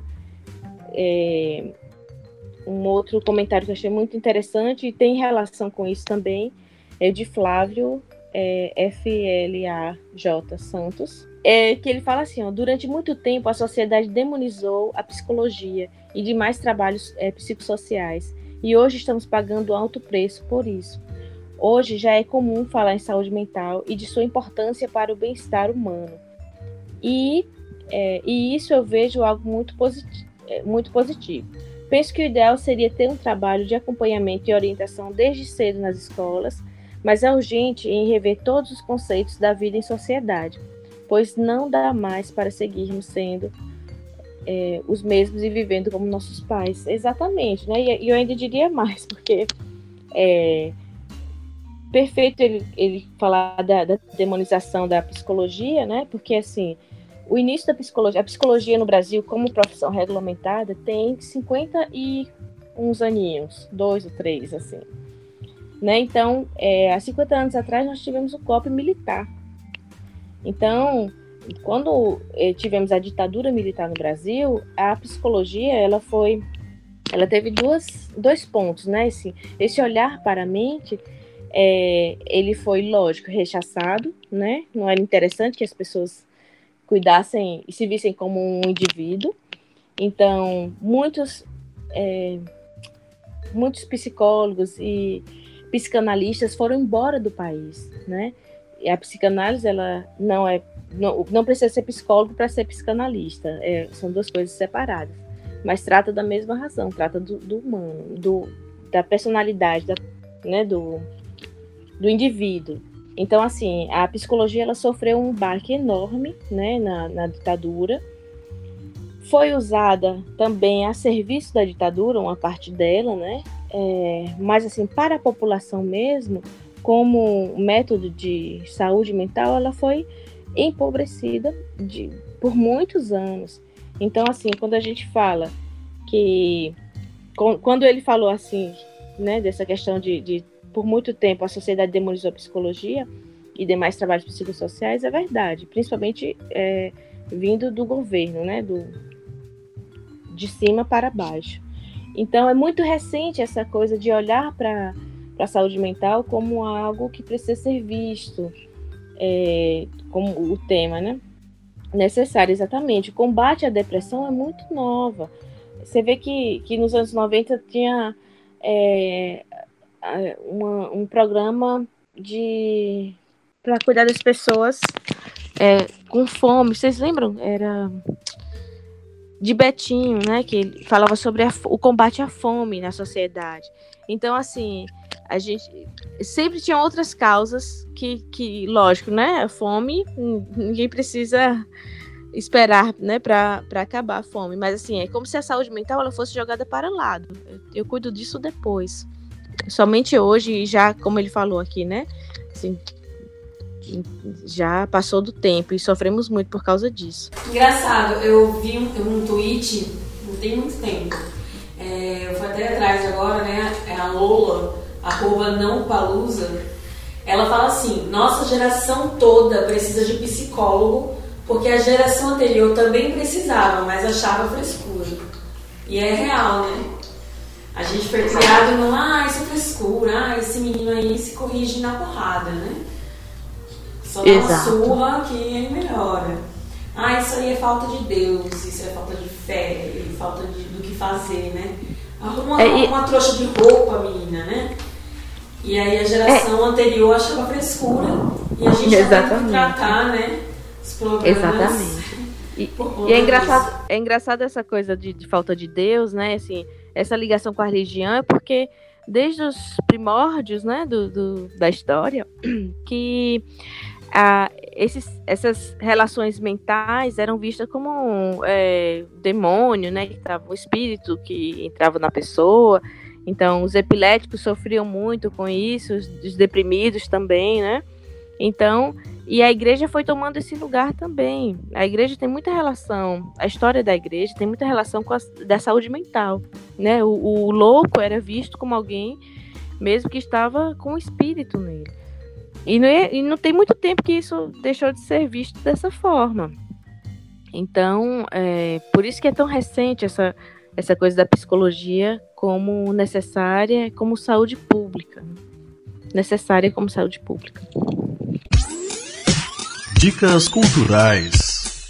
é, um outro comentário que eu achei muito interessante e tem relação com isso também, é de Flávio é, F L A J Santos, é, que ele fala assim, ó: durante muito tempo a sociedade demonizou a psicologia e demais trabalhos é, psicossociais, e hoje estamos pagando alto preço por isso. Hoje já é comum falar em saúde mental e de sua importância para o bem-estar humano. E, é, e isso eu vejo algo muito positivo, muito positivo. Penso que o ideal seria ter um trabalho de acompanhamento e orientação desde cedo nas escolas, mas é urgente em rever todos os conceitos da vida em sociedade, pois não dá mais para seguirmos sendo é, os mesmos e vivendo como nossos pais. Exatamente, né? E eu ainda diria mais, porque é perfeito ele, ele falar da, da demonização da psicologia, né? Porque, assim, o início da psicologia, a psicologia no Brasil, como profissão regulamentada, tem cinquenta e uns aninhos, dois ou três, assim. né? Então, é, há cinquenta anos atrás, nós tivemos o golpe militar. Então, quando é, tivemos a ditadura militar no Brasil, a psicologia, ela foi, ela teve duas, dois pontos, né? Esse, esse olhar para a mente, é, ele foi, lógico, rechaçado, né? Não era interessante que as pessoas cuidassem e se vissem como um indivíduo. Então, muitos, é, muitos psicólogos e psicanalistas foram embora do país, né? E a psicanálise, ela não é, não, não precisa ser psicólogo para ser psicanalista, é, são duas coisas separadas, mas trata da mesma razão, trata do, do humano, do, da personalidade, da, né, do, do indivíduo. Então, assim, a psicologia, ela sofreu um baque enorme, né, na, na ditadura. Foi usada também a serviço da ditadura, uma parte dela, né, é, mas, assim, para a população mesmo, como método de saúde mental, ela foi empobrecida de, por muitos anos. Então, assim, quando a gente fala que... Quando ele falou, assim, né, dessa questão de, de por muito tempo a sociedade demonizou a psicologia e demais trabalhos psicossociais, é verdade, principalmente é, vindo do governo, né, do, de cima para baixo. Então, é muito recente essa coisa de olhar para a saúde mental como algo que precisa ser visto, é, como o tema, né, necessário, exatamente. O combate à depressão é muito nova. Você vê que, que nos anos noventa tinha... É, Uma, um programa de para cuidar das pessoas é, com fome. Vocês lembram? Era de Betinho, né? Que ele falava sobre a, o combate à fome na sociedade. Então, assim, a gente sempre tinha outras causas que, que lógico, né? A fome, ninguém precisa esperar, né, para acabar a fome. Mas, assim, é como se a saúde mental ela fosse jogada para o lado. Eu, eu cuido disso depois. Somente hoje, já como ele falou aqui, né? Assim, já passou do tempo e sofremos muito por causa disso. Engraçado, eu vi um, um tweet, não tem muito tempo, é, eu fui até atrás agora, né? É a Lola, arroba não palusa. Ela fala assim: nossa geração toda precisa de psicólogo porque a geração anterior também precisava, mas achava frescura. E é real, né? A gente foi criado no, ah, isso é frescura, ah, esse menino aí se corrige na porrada, né? Só dá uma surra que ele melhora. Ah, isso aí é falta de Deus, isso é falta de fé, falta de, do que fazer, né? Arruma é, e... uma trouxa de roupa, menina, né? E aí a geração é... anterior achava frescura e a gente já tem que tratar, né? Os problemas. Exatamente. E, e é, engraçado, é engraçado essa coisa de, de falta de Deus, né? Assim, essa ligação com a religião é porque desde os primórdios, né, do, do, da história, que ah, esses, essas relações mentais eram vistas como um é, demônio, né, que tava, um espírito que entrava na pessoa. Então, os epiléticos sofriam muito com isso, os, os deprimidos também, né? Então, e a igreja foi tomando esse lugar também. A igreja tem muita relação, a história da igreja tem muita relação com a da saúde mental, né? O, o louco era visto como alguém mesmo que estava com o espírito nele. E não, é, e não tem muito tempo que isso deixou de ser visto dessa forma. Então, é, por isso que é tão recente essa, essa coisa da psicologia como necessária, como saúde pública. Necessária como saúde pública. Dicas culturais.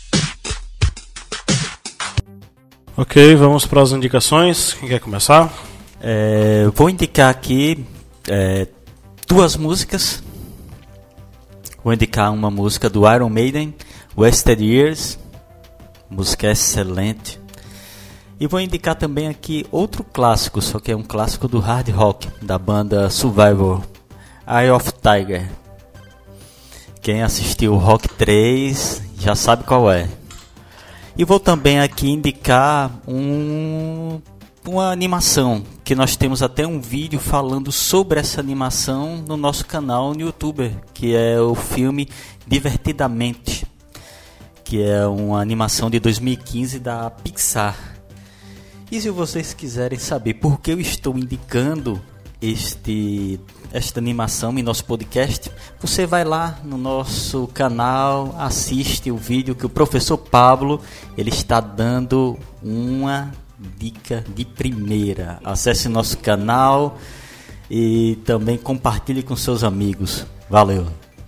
Ok, vamos para as indicações. Quem quer começar? É, vou indicar aqui é, duas músicas. Vou indicar uma música do Iron Maiden, Wasted Years, música excelente. E vou indicar também aqui outro clássico, só que é um clássico do hard rock, da banda Survivor, Eye of Tiger. Quem assistiu o Rock três já sabe qual é. E vou também aqui indicar um, uma animação, que nós temos até um vídeo falando sobre essa animação no nosso canal no YouTube, que é o filme Divertidamente, que é uma animação de dois mil e quinze da Pixar. E se vocês quiserem saber por que eu estou indicando este, esta animação em nosso podcast, você vai lá no nosso canal, assiste o vídeo que o professor Pablo ele está dando uma dica de primeira. Acesse nosso canal e também compartilhe com seus amigos. Valeu!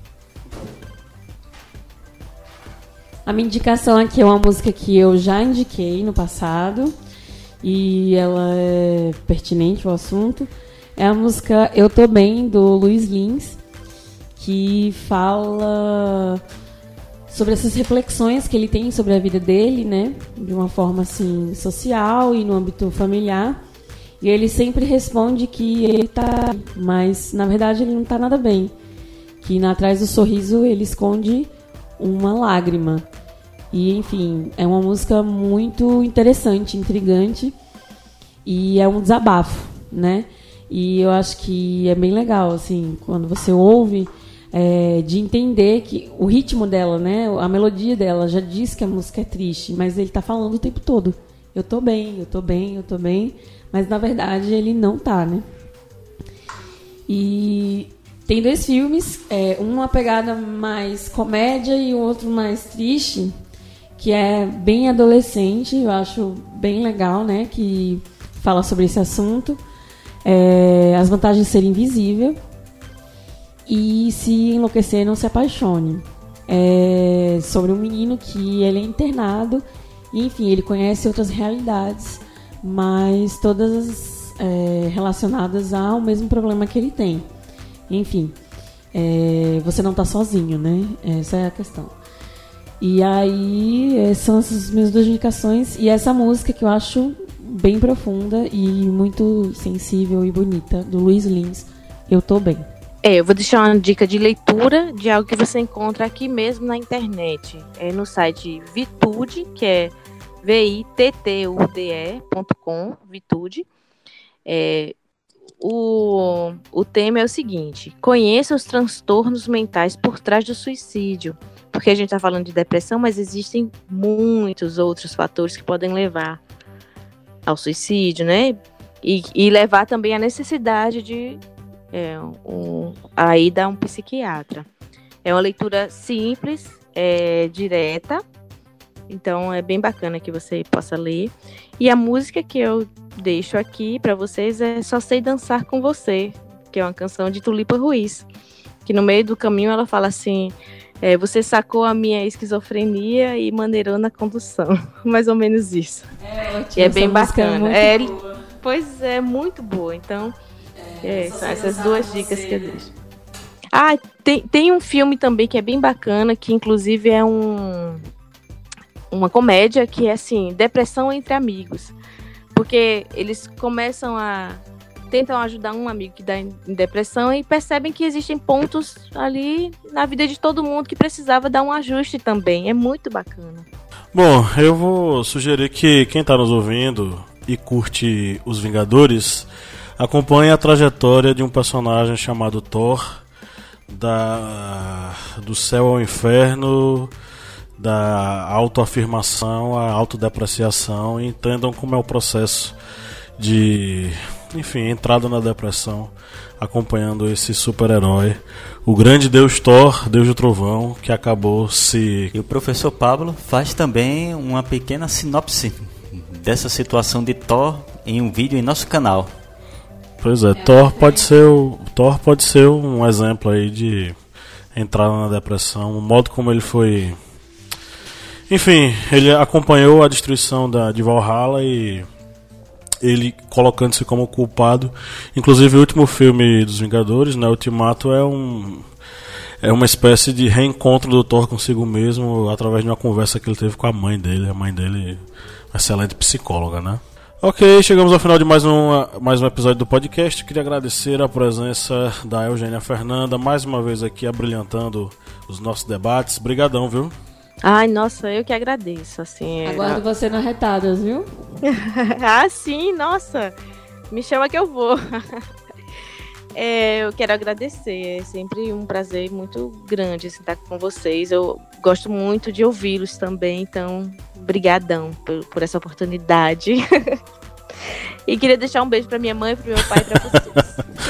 A minha indicação aqui é uma música que eu já indiquei no passado e ela é pertinente ao assunto. É a música Eu Tô Bem, do Luiz Lins, que fala sobre essas reflexões que ele tem sobre a vida dele, né? De uma forma assim social e no âmbito familiar. E ele sempre responde que ele tá, mas na verdade ele não tá nada bem. Que atrás do sorriso ele esconde uma lágrima. E enfim, é uma música muito interessante, intrigante e é um desabafo, né? E eu acho que é bem legal, assim, quando você ouve, é, de entender que o ritmo dela, né? A melodia dela já diz que a música é triste, mas ele tá falando o tempo todo. Eu tô bem, eu tô bem, eu tô bem, mas na verdade ele não tá, né? E tem dois filmes, é, uma pegada mais comédia e o outro mais triste, que é bem adolescente, eu acho bem legal, né? Que fala sobre esse assunto. É, As Vantagens de Ser Invisível e Se Enlouquecer, Não Se Apaixone. É sobre um menino que ele é internado e, enfim, ele conhece outras realidades, mas todas é, relacionadas ao mesmo problema que ele tem. Enfim, é, você não está sozinho, né? Essa é a questão. E aí, essas são as minhas duas indicações. E essa música que eu acho bem profunda e muito sensível e bonita, do Luiz Lins, Eu Tô Bem. É, eu vou deixar uma dica de leitura de algo que você encontra aqui mesmo na internet. É no site Vitude, que é V I T T U D E ponto com, Vitude. É, o, o tema é o seguinte: conheça os transtornos mentais por trás do suicídio. Porque a gente está falando de depressão, mas existem muitos outros fatores que podem levar ao suicídio, né? E, e levar também à necessidade de é, um, a ida a um psiquiatra. É uma leitura simples, é, direta, então é bem bacana que você possa ler. E a música que eu deixo aqui para vocês é Só Sei Dançar Com Você, que é uma canção de Tulipa Ruiz, que no meio do caminho ela fala assim: É, você sacou a minha esquizofrenia e maneirou na condução. Mais ou menos isso. É, ótimo, e é bem bacana. É, é pois é, muito boa. Então, é, é, são essas duas dicas que eu deixo. Ah, tem, tem um filme também que é bem bacana, que inclusive é um, uma comédia, que é assim, Depressão Entre Amigos. Porque eles começam a... tentam ajudar um amigo que está em depressão e percebem que existem pontos ali na vida de todo mundo que precisava dar um ajuste também. É muito bacana. Bom, eu vou sugerir que quem está nos ouvindo e curte Os Vingadores acompanhe a trajetória de um personagem chamado Thor, da, do céu ao inferno, da autoafirmação à autodepreciação, e entendam como é o processo de... enfim, entrada na depressão, acompanhando esse super-herói, o grande deus Thor, deus do trovão, que acabou se... E o professor Pablo faz também uma pequena sinopse dessa situação de Thor em um vídeo em nosso canal. Pois é, Thor pode ser o Thor pode ser um exemplo aí de entrada na depressão, o modo como ele foi... Enfim, ele acompanhou a destruição da, de Valhalla e... ele colocando-se como culpado. Inclusive o último filme dos Vingadores, né, Ultimato, é um é uma espécie de reencontro do Thor consigo mesmo, através de uma conversa que ele teve com a mãe dele. A mãe dele, uma excelente psicóloga, né? Ok, chegamos ao final de mais um, mais um episódio do podcast. Queria agradecer a presença da Eugênia Fernanda, mais uma vez aqui abrilhantando os nossos debates. Brigadão, viu? Ai, nossa, eu que agradeço, assim. Aguardo você nas retadas, viu? Ah, sim, nossa. Me chama que eu vou. É, eu quero agradecer. É sempre um prazer muito grande assim, estar com vocês. Eu gosto muito de ouvi-los também, então, brigadão por, por essa oportunidade. E queria deixar um beijo para minha mãe, para meu pai e para vocês.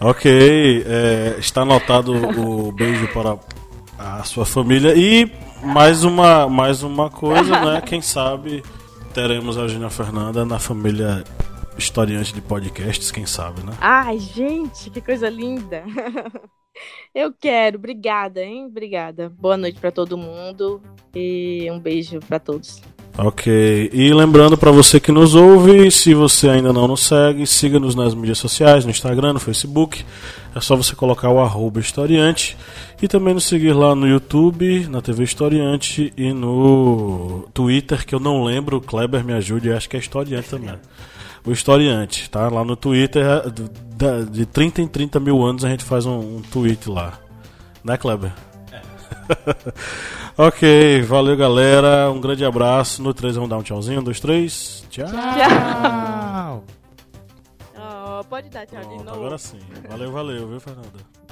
Ok, é, está anotado o beijo para a sua família. E mais uma, mais uma coisa, né? Quem sabe teremos a Eugênia Fernanda na família historiante de podcasts, quem sabe, né? Ai, gente, que coisa linda. Eu quero, obrigada, hein? Obrigada. Boa noite para todo mundo e um beijo para todos. Ok, e lembrando para você que nos ouve, se você ainda não nos segue, siga-nos nas mídias sociais, no Instagram, no Facebook. É só você colocar o arroba historiante e também nos seguir lá no YouTube, na T V Historiante e no Twitter, que eu não lembro, o Kleber me ajude, acho que é Historiante também. O Historiante, tá? Lá no Twitter, de trinta em trinta mil anos a gente faz um, um tweet lá. Né, Kleber? Ok, valeu galera, um grande abraço. No três vamos dar um tchauzinho, um, dois, três. Tchau. Tchau. Oh, pode dar tchau de Pronto, novo. agora sim. Valeu, valeu, viu, Fernanda?